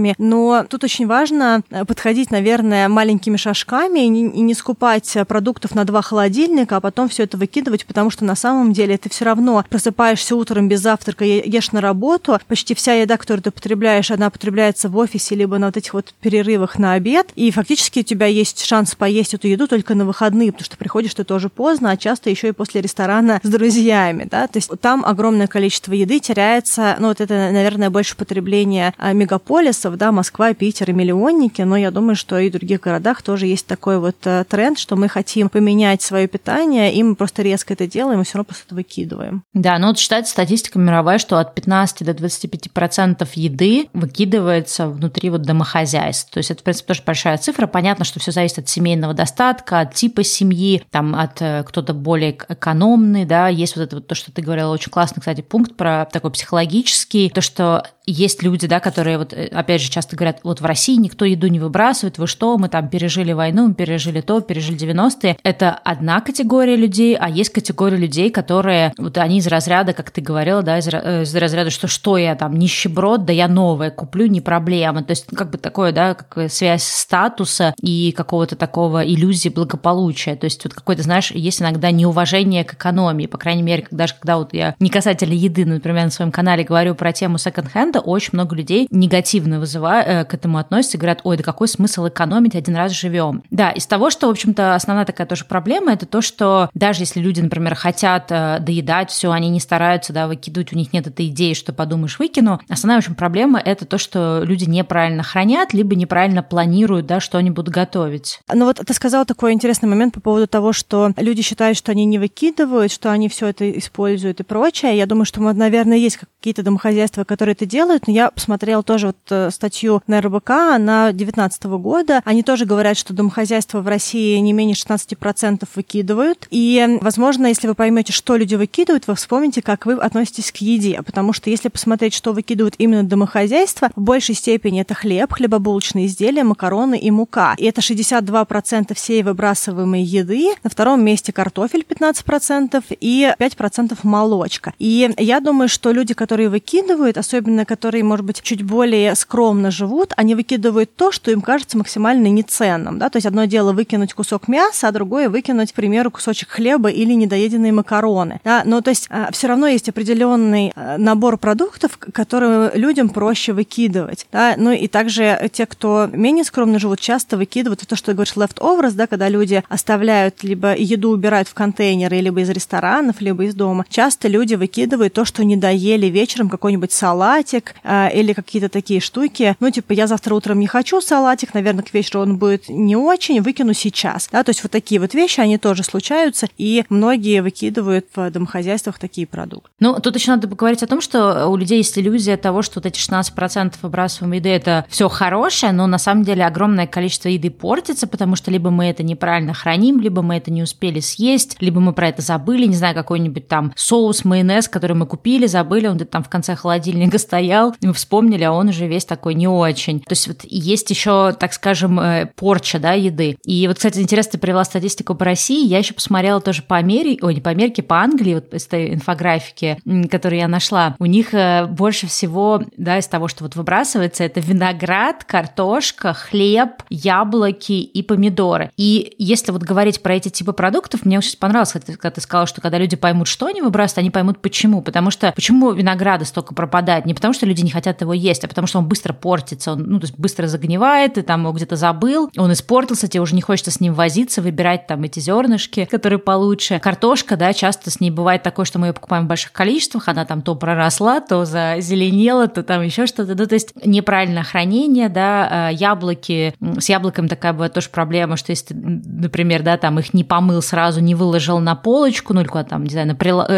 продуктами, но тут очень важно подходить, наверное, маленькими шажками и не скупать продуктов на 2 холодильника, а потом все это выкидывать, потому что на самом деле ты все равно просыпаешься утром без завтрака, ешь на работу, почти вся еда, которую ты потребляешь, она потребляется в офисе, либо на вот этих вот перерывах на обед, и фактически у тебя есть шанс поесть эту еду только на выходные, потому что приходишь ты тоже поздно, а часто еще и после ресторана с друзьями, да, то есть там огромное количество еды теряется, ну вот это, наверное, больше потребление мегаполисов, да, Москва, Питер и миллионники, но я думаю, что и в других городах тоже есть такой вот тренд, что мы хотим поменять свое питание, и мы просто резко это делаем, и все равно просто это выкидываем. Да, ну вот считается статистика мировая, что от 15 до 25% еды выкидывается внутри вот домохозяйств. То есть это, в принципе, тоже большая цифра. Понятно, что все зависит от семейного достатка, от типа семьи, там от кто-то более экономный, да, есть вот это вот то, что ты говорила, очень классный, кстати, пункт про такой психологический, то, что есть люди, да, которые вот, опять же, часто говорят, вот в России никто еду не выбрасывает, вы что, мы там пережили войну, мы пережили то, пережили 90-е. Это одна категория людей, а есть категория людей, которые, вот они из разряда, как ты говорила, да, из разряда, что я там нищеброд, да я новое куплю, не проблема. То есть как бы такое, да, как связь статуса и какого-то такого иллюзии благополучия. То есть вот какой-то, знаешь, есть иногда неуважение к экономии, по крайней мере, даже когда вот я не касательно еды, например, на своем канале говорю про тему секонд-хенда, очень много людей негативно к этому относятся и говорят, ой, да какой смысл экономить, один раз живем. Да, из того, что, в общем-то, основная такая тоже проблема, это то, что даже если люди, например, хотят доедать все, они не стараются, да, выкидывать, у них нет этой идеи, что подумаешь, выкину. Основная, в общем, проблема – это то, что люди неправильно хранят, либо неправильно планируют, да, что они будут готовить. Ну вот ты сказала такой интересный момент по поводу того, что люди считают, что они не выкидывают, что они все это используют и прочее. Я думаю, что, наверное, есть какие-то домохозяйства, которые это делают, но я посмотрела тоже вот статью на РБК на 2019 года. Они тоже говорят, что домохозяйства в России не менее 16% выкидывают. И, возможно, если вы поймете, что люди выкидывают, вы вспомните, как вы относитесь к еде. Потому что если посмотреть, что выкидывают именно домохозяйства, в большей степени это хлеб, хлебобулочные изделия, макароны и мука. И это 62% всей выбрасываемой еды. На втором месте картофель 15% и 5% молочка. И я думаю, что люди, которые выкидывают, особенно которые, может быть, чуть более скромно живут, они выкидывают то, что им кажется максимально неценным. Да? То есть одно дело выкинуть кусок мяса, а другое выкинуть, к примеру, кусочек хлеба или недоеденные макароны. Да? Но то есть все равно есть определенный набор продуктов, которые людям проще выкидывать. Да? Ну и также те, кто менее скромно живут, часто выкидывают то, что ты говоришь, leftovers, да, когда люди оставляют либо еду убирают в контейнеры, либо из ресторанов, либо из дома. Часто люди выкидывают то, что не доели вечером, какой-нибудь салатик или какие-то такие штуки. Ну, типа, я завтра утром не хочу салатик, наверное, к вечеру он будет не очень, выкину сейчас. Да? То есть вот такие вот вещи, они тоже случаются, и многие выкидывают в домохозяйствах такие продукты. Ну, тут еще надо поговорить о том, что у людей есть иллюзия того, что вот эти 16% выбрасываемой еды – это все хорошее, но на самом деле огромное количество еды портится, потому что либо мы это неправильно храним, либо мы это не успели съесть, либо мы про это забыли, не знаю, какой-нибудь там соус, майонез, который мы купили, забыли, он где-то там в конце холодильника стоял, и мы вспомнили, а он уже весь такой не очень. То есть вот есть еще, так скажем, порча, да, еды. И вот, кстати, интересно, ты привела статистику по России, я еще посмотрела тоже по Америке, ой, не по Америке, по Англии, вот из той инфографики, которую я нашла. У них больше всего, да, из того, что вот выбрасывается, это виноград, картошка, хлеб, яблоки и помидоры. И если вот говорить про эти типы продуктов, мне очень понравилось, когда ты сказала, что когда люди поймут, что они выбрасывают, они поймут, почему. Потому что почему винограда столько пропадает? Не потому, что люди не хотят его есть, а потому, что он быстро портится, он, ну, то есть быстро загнивает, ты там его где-то забыл, он испортился, тебе уже не хочется с ним возиться, выбирать там эти зернышки, которые получше. Картошка, да, часто с ней бывает такое, что мы ее покупаем в больших количествах, она там то проросла, то зазеленела, то там еще что-то. Ну, то есть неправильное хранение, да, яблоки, с яблоками такая бывает тоже проблема, что если ты, например, да, там их не помыл сразу, не выложил на полочку, ну, или куда там, не знаю,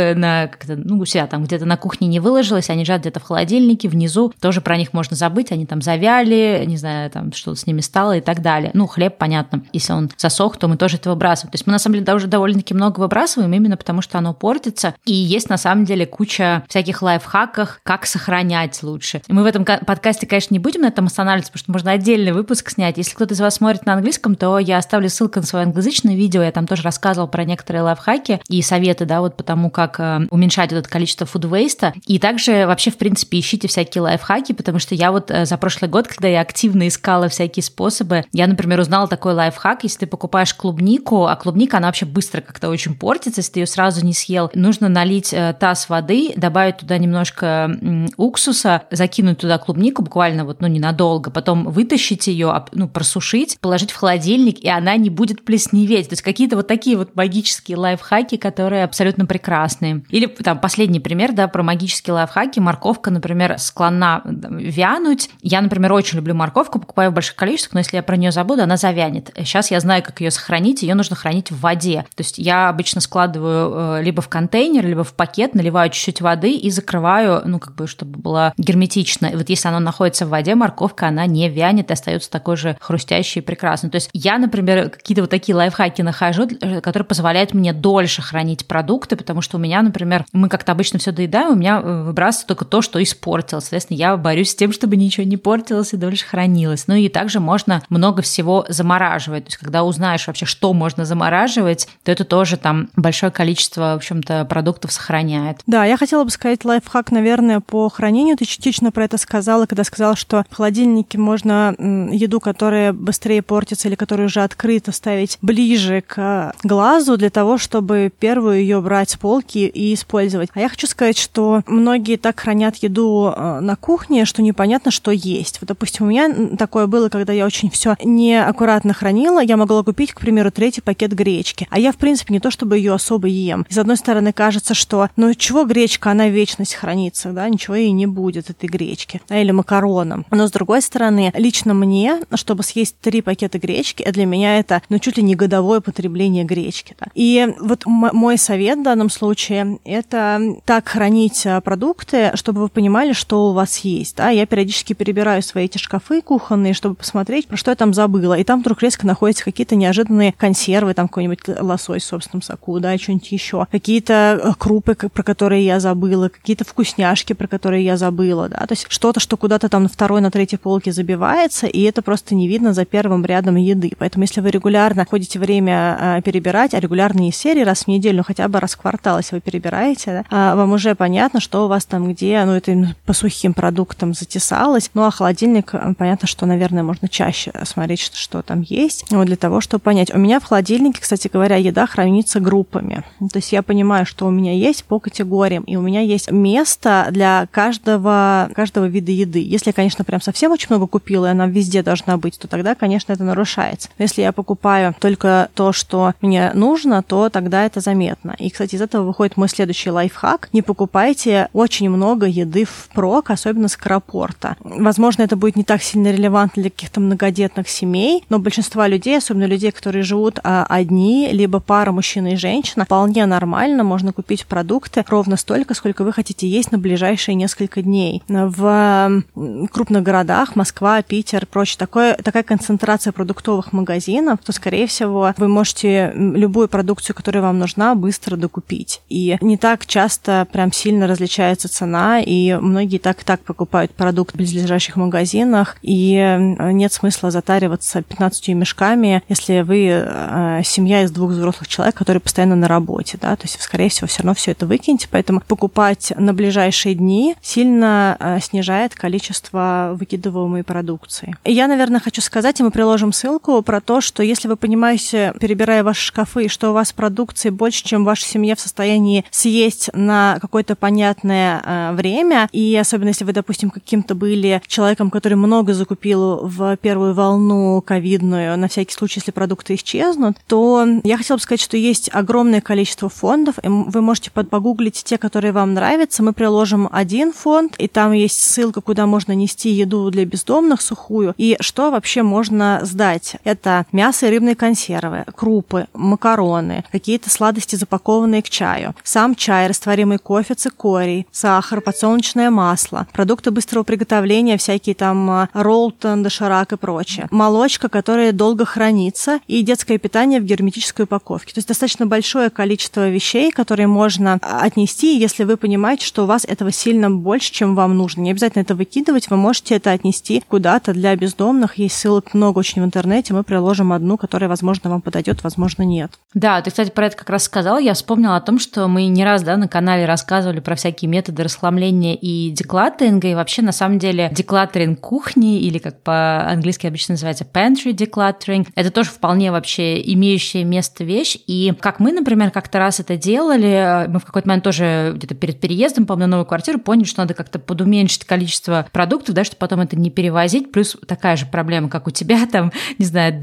у себя там где-то на кухне не выложилось, они лежат где-то в холодильнике, внизу, тоже про них можно забыть, они там завяли, не знаю, там что-то с ними стало и так далее. Ну, хлеб, понятно, если он засох, то мы тоже это выбрасываем. То есть мы, на самом деле, уже довольно-таки много выбрасываем, именно потому что оно портится, и есть, на самом деле, куча всяких лайфхаков, как сохранять лучше. Мы в этом подкасте, конечно, не будем на этом останавливаться, потому что можно отдельный выпуск снять. Если кто-то из вас смотрит на английском, то я оставлю ссылку на свое англоязычное видео, я там тоже рассказывала про некоторые лайфхаки и советы, да, вот по тому, как уменьшать вот это количество food waste. И также вообще, в принципе, ищите всякие лайфхаки, потому что я вот за прошлый год, когда я активно искала всякие способы, я, например, узнала такой лайфхак: если ты покупаешь клубнику, а клубника, она вообще быстро как-то очень портится, если ты ее сразу не съел, нужно налить таз воды, добавить туда немножко уксуса, закинуть туда клубнику буквально вот, ненадолго, потом вытащить ее, просушить, положить в холодильник, и она не будет плесневеть. То есть какие-то вот такие вот магические лайфхаки, которые абсолютно прекрасные. Или там последний пример, да, про магические лайфхаки. Морковка, например, склонна вянуть. Я, например, очень люблю морковку, покупаю в больших количествах, но если я про нее забуду, она завянет. Сейчас я знаю, как ее сохранить. Ее нужно хранить в воде. То есть я обычно складываю либо в контейнер, либо в пакет, наливаю чуть-чуть воды и закрываю, чтобы было герметично. И вот если она находится в воде, морковка, она не вянет и остается такой же хрустящей и прекрасной. То есть я, например, какие-то вот такие лайфхаки нахожу, которые позволяют мне дольше хранить продукты, потому что у меня, например, мы как-то обычно все доедаем, у меня выбрасывается только то, что испортилось. Соответственно, я борюсь с тем, чтобы ничего не портилось и дольше хранилось. И также можно много всего замораживать. То есть когда узнаешь вообще, что можно замораживать, то это тоже там большое количество, в общем-то, продуктов сохраняет. Да, я хотела бы сказать лайфхак, наверное, по хранению. Ты частично про это сказала, когда сказала, что в холодильнике можно еду, которая быстрее портится или которая уже открыта, ставить ближе к глазу для того, чтобы первую ее брать с полки и использовать. А я хочу сказать, что многие так хранят еду на кухне, что непонятно, что есть. Вот, допустим, у меня такое было, когда я очень все неаккуратно хранила. Я могла купить, к примеру, 3-й пакет гречки. А я, в принципе, не то чтобы ее особо ем. И, с одной стороны, кажется, что чего гречка, она вечность хранится, да, ничего ей не будет, этой гречки, или макаронам. Но, с другой стороны, лично мне, чтобы съесть 3 пакета гречки, для меня это, чуть ли не годовое потребление гречки. Да. И вот мой совет в данном случае – это так хранить продукты, чтобы вы понимали, что у вас есть. Да. Я периодически перебираю свои эти шкафы кухонные, чтобы посмотреть, про что я там забыла. И там вдруг резко находятся какие-то неожиданные консервы, там какой-нибудь лосось в собственном соку, да, что-нибудь еще. Какие-то крупы, про которые я забыла, какие-то вкусняшки, про которые я забыла, да. То есть что-то, что куда-то там на 2-й, на 3-й полке забивается, и это просто не видно за первым рядом еды. Поэтому если вы регулярно ходите время перебирать, а регулярно не серии раз в неделю, хотя бы раз в квартал, если вы перебираете, да, вам уже понятно, что у вас там где, это по сухим продуктам затесалось. А холодильник, понятно, что, наверное, можно чаще смотреть, что там есть, для того, чтобы понять. У меня в холодильнике, кстати говоря, еда хранится группами. То есть я понимаю, что у меня есть по категориям, и у меня есть место для каждого вида еды. Если я, конечно, прям совсем очень много купила, и она везде должна быть, то тогда, конечно, это нарушается. Но если я покупаю только то, что мне нужно, то тогда это заметно. И, кстати, из этого выходит мой следующий лайфхак. Не покупайте очень много еды впрок, особенно скоропорта. Возможно, это будет не так сильно релевантно для каких-то многодетных семей, но большинство людей, особенно людей, которые живут одни, либо пара мужчина и женщина, вполне нормально можно купить продукты ровно столько, сколько вы хотите есть на ближайшие несколько дней. В крупных городах, Москва, Питер, прочее, такая концентрация продуктовых магазинов, то, скорее всего, вы можете любую продукцию, которая вам нужна, быстро докупить. И не так часто прям сильно различается цена, и многие так покупают продукт в близлежащих магазинах, и нет смысла затариваться 15 мешками, если вы семья из 2 взрослых человек, которые постоянно на работе, да, то есть, скорее всего, все равно все это выкинете, поэтому покупать на ближайшие дни сильно снижает количество выкидываемой продукции. И я, наверное, хочу сказать, и мы приложим ссылку про то, что если вы понимаете, перебирая ваши шкафы, что у вас продукции больше, чем ваша семья в состоянии съесть на какое-то понятное время, и особенно если вы, допустим, каким-то были человеком, который много закупил в первую волну ковидную, на всякий случай, если продукты исчезнут, то я хотела бы сказать, что есть огромное количество фондов, и вы можете погуглить те, которые вам нравятся. Мы приложим один фонд, и там есть ссылка, куда можно нести еду для бездомных сухую, и что вообще можно сдать. Это мясо и рыбные консервы, крупы, макароны, какие-то сладости, запакованные к чаю, сам чай, растворимый кофе, цикорий, сахар, подсолнечное масло, продукты быстрого приготовления, всякие там роллтон, доширак и прочее, молочка, которая долго хранится, и детское питание в герметической упаковке. То есть достаточно большое количество вещей, которые можно отнести, если вы понимаете, что у вас этого сильно больше, чем вам нужно. Не обязательно это выкидывать, вы можете это отнести куда-то для бездомных. Есть ссылок много очень в интернете, мы приложим одну, которая, возможно, вам подойдет, возможно, нет. Да, ты, кстати, про это как раз сказала. Я вспомнила о том, что мы не раз, да, на канале рассказывали про всякие методы расхламления и деклаттеринга, и вообще, на самом деле, деклаттеринг кухни, или как по-английски обычно называется pantry decluttering, это тоже вполне вообще имеющая место вещь. И как мы, например, как-то раз это делали, мы в какой-то момент тоже где-то перед переездом, по-моему, на новую квартиру поняли, что надо как-то подуменьшить количество продуктов, да, чтобы потом это не перевозить. Плюс такая же проблема, как у тебя, там, не знаю,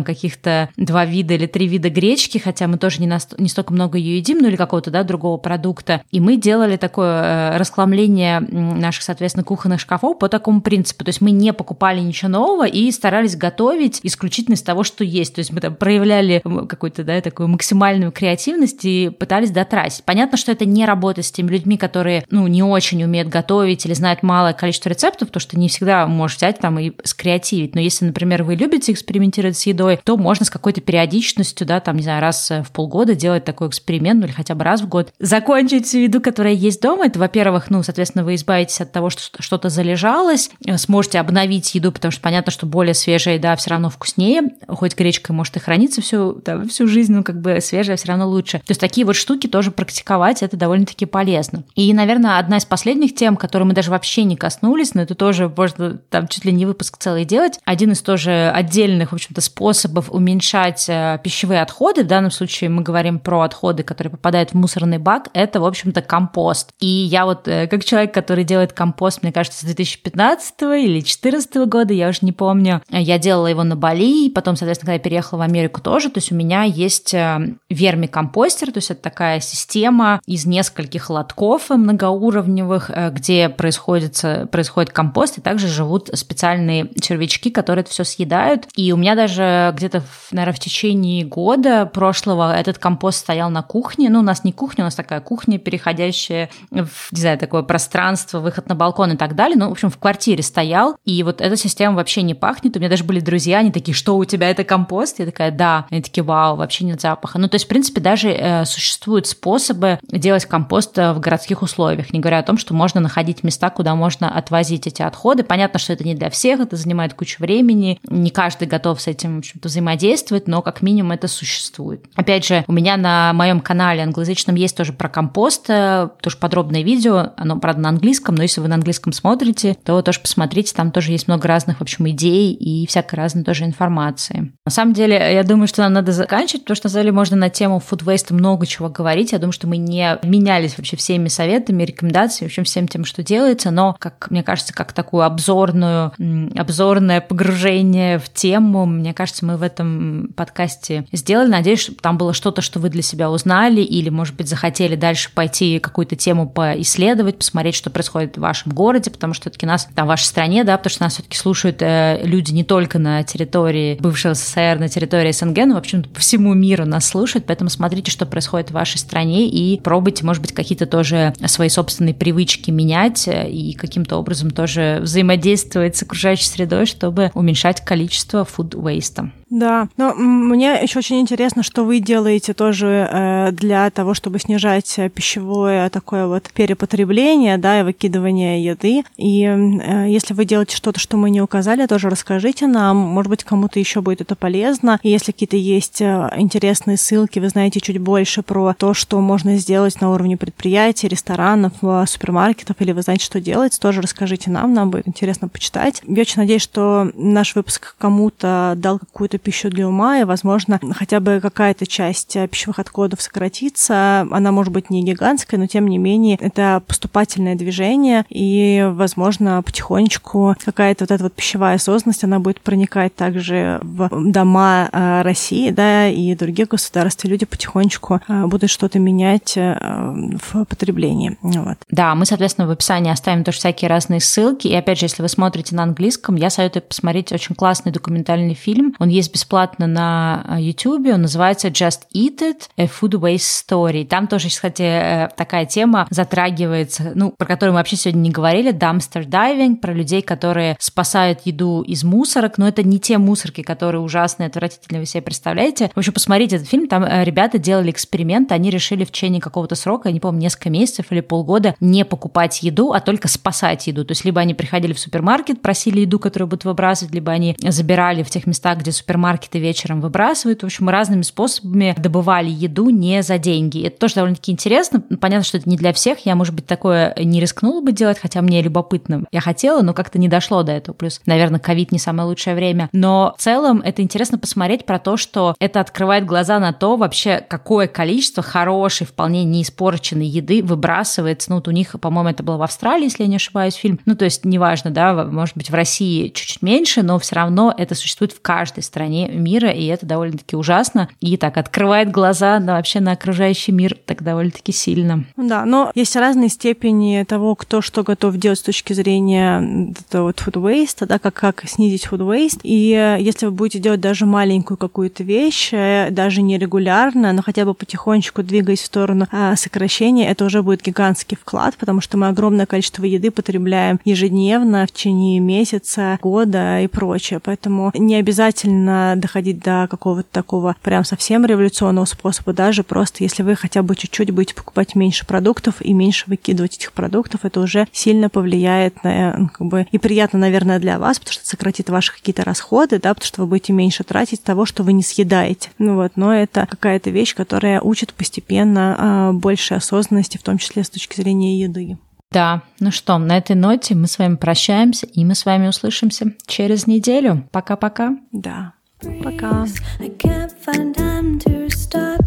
два вида или 3 вида гречки, хотя мы тоже не столько много ее едим, ну или какого-то, да, другого продукта. И мы делали такое расхламление наших, соответственно, кухонных шкафов по такому принципу. То есть мы не покупали ничего нового и старались готовить исключительно из того, что есть. То есть мы там проявляли какую-то, да, такую максимальную креативность и пытались дотратить. Понятно, что это не работает с теми людьми, которые, ну, не очень умеют готовить или знают малое количество рецептов, потому что не всегда можешь взять там и скреативить. Но если, например, вы любите экспериментировать с едой, то можно с какой-то периодичностью, да, там, не знаю, раз в полгода делать такой эксперимент, ну или хотя бы раз в год. Закончить всю еду, которая есть дома, это, во-первых, ну, соответственно, вы избавитесь от того, что что-то залежалось, сможете обновить еду, потому что понятно, что более свежая еда все равно вкуснее, хоть гречка может и храниться всю жизнь, но как бы свежая все равно лучше. То есть такие вот штуки тоже практиковать, это довольно-таки полезно. И, наверное, одна из последних тем, которой мы даже вообще не коснулись, но это тоже можно там чуть ли не выпуск целый делать, один из тоже отдельных, в общем-то, способов уменьшать пищевые отходы, в данном случае мы говорим про отходы, которые попадают в мусорный бак, это, в общем-то, компост. И я вот, как человек, который делает компост, мне кажется, с 2015 или 2014 года, я уже не помню, я делала его на Бали, и потом, соответственно, когда я переехала в Америку тоже, то есть у меня есть вермикомпостер, то есть это такая система из нескольких лотков многоуровневых, где происходит компост, и также живут специальные червячки, которые это все съедают. И у меня даже где-то, наверное, в течение года прошлого этот компост стоял на кухне. Ну, у нас не кухня, у нас такая кухня, переходящая в, не знаю, такое пространство, выход на балкон и так далее. Ну, в общем, в квартире стоял, и вот эта система вообще не пахнет. У меня даже были друзья, они такие: что у тебя, это компост? Я такая: да. Они такие: вау, вообще нет запаха. Ну, то есть, в принципе, даже существуют способы делать компост в городских условиях, не говоря о том, что можно находить места, куда можно отвозить эти отходы. Понятно, что это не для всех, это занимает кучу времени, не каждый готов с этим, в общем-то, взаимодействовать, но как минимум это существует. Опять же, у меня на моем канале англоязычном есть тоже про компост, тоже подробное видео, оно, правда, на английском, но если вы на английском смотрите, то тоже посмотрите, там тоже есть много разных, в общем, идей и всякой разной тоже информации. На самом деле, я думаю, что нам надо заканчивать, потому что, на самом деле, можно на тему food waste много чего говорить. Я думаю, что мы не менялись вообще всеми советами, рекомендациями, в общем, всем тем, что делается, но, как мне кажется, как такое обзорное погружение в тему, мне кажется, мы в этом подкасте сделали. Надеюсь, что там было что-то, что вы для себя узнали, или, может быть, захотели дальше пойти какую-то тему поисследовать, посмотреть, что происходит в вашем городе, потому что все-таки нас, там, в вашей стране, да, потому что нас все-таки слушают люди не только на территории бывшего СССР, на территории СНГ, но, в общем-то, по всему миру нас слушают, поэтому смотрите, что происходит в вашей стране, и пробуйте, может быть, какие-то тоже свои собственные привычки менять и каким-то образом тоже взаимодействовать с окружающей средой, чтобы уменьшать количество food waste. Да, но мне еще очень интересно, что вы делаете тоже для того, чтобы снижать пищевое такое вот перепотребление, да, и выкидывание еды. И если вы делаете что-то, что мы не указали, тоже расскажите нам, может быть, кому-то еще будет это полезно. И если какие-то есть интересные ссылки, вы знаете чуть больше про то, что можно сделать на уровне предприятий, ресторанов, супермаркетов, или вы знаете, что делать, тоже расскажите нам будет интересно почитать. Я очень надеюсь, что наш выпуск кому-то дал какую-то пищу для ума, и, возможно, хотя бы какая-то часть пищевых отходов сократится. Она может быть не гигантская, но, тем не менее, это поступательное движение, и, возможно, потихонечку какая-то вот эта вот пищевая осознанность, она будет проникать также в дома России, да, и других государств, и люди потихонечку будут что-то менять в потреблении. Вот. Да, мы, соответственно, в описании оставим тоже всякие разные ссылки, и, опять же, если вы смотрите на английском, я советую посмотреть очень классный документальный фильм. Он есть бесплатно на YouTube, он называется Just Eat It, A Food Waste Story. Там тоже, кстати, такая тема затрагивается, ну, про которую мы вообще сегодня не говорили, dumpster diving, про людей, которые спасают еду из мусорок, но это не те мусорки, которые ужасные, отвратительные, вы себе представляете. В общем, посмотрите этот фильм, там ребята делали эксперимент, они решили в течение какого-то срока, я не помню, несколько месяцев или полгода, не покупать еду, а только спасать еду. То есть либо они приходили в супермаркет, просили еду, которую будут выбрасывать, либо они забирали в тех местах, где супермаркет супермаркеты вечером выбрасывают. В общем, мы разными способами добывали еду не за деньги. Это тоже довольно-таки интересно. Понятно, что это не для всех. Я, может быть, такое не рискнула бы делать, хотя мне любопытно. Я хотела, но как-то не дошло до этого. Плюс, наверное, ковид не самое лучшее время. Но в целом это интересно посмотреть про то, что это открывает глаза на то вообще, какое количество хорошей, вполне не испорченной еды выбрасывается. Ну, вот у них, по-моему, это было в Австралии, если я не ошибаюсь, фильм. Ну, то есть, неважно, да, может быть, в России чуть-чуть меньше, но все равно это существует в каждой стране мира, и это довольно-таки ужасно. И так открывает глаза вообще на окружающий мир так довольно-таки сильно. Да, но есть разные степени того, кто что готов делать с точки зрения food waste, да, как снизить food waste. И если вы будете делать даже маленькую какую-то вещь, даже нерегулярно, но хотя бы потихонечку двигаясь в сторону сокращения, это уже будет гигантский вклад, потому что мы огромное количество еды потребляем ежедневно в течение месяца, года и прочее. Поэтому не обязательно доходить до какого-то такого прям совсем революционного способа, даже просто если вы хотя бы чуть-чуть будете покупать меньше продуктов и меньше выкидывать этих продуктов, это уже сильно повлияет на, и приятно, наверное, для вас, потому что сократит ваши какие-то расходы, да, потому что вы будете меньше тратить того, что вы не съедаете. Но это какая-то вещь, которая учит постепенно большей осознанности, в том числе с точки зрения еды. Да, ну что, на этой ноте мы с вами прощаемся, и мы с вами услышимся через неделю. Пока-пока. Да, пока.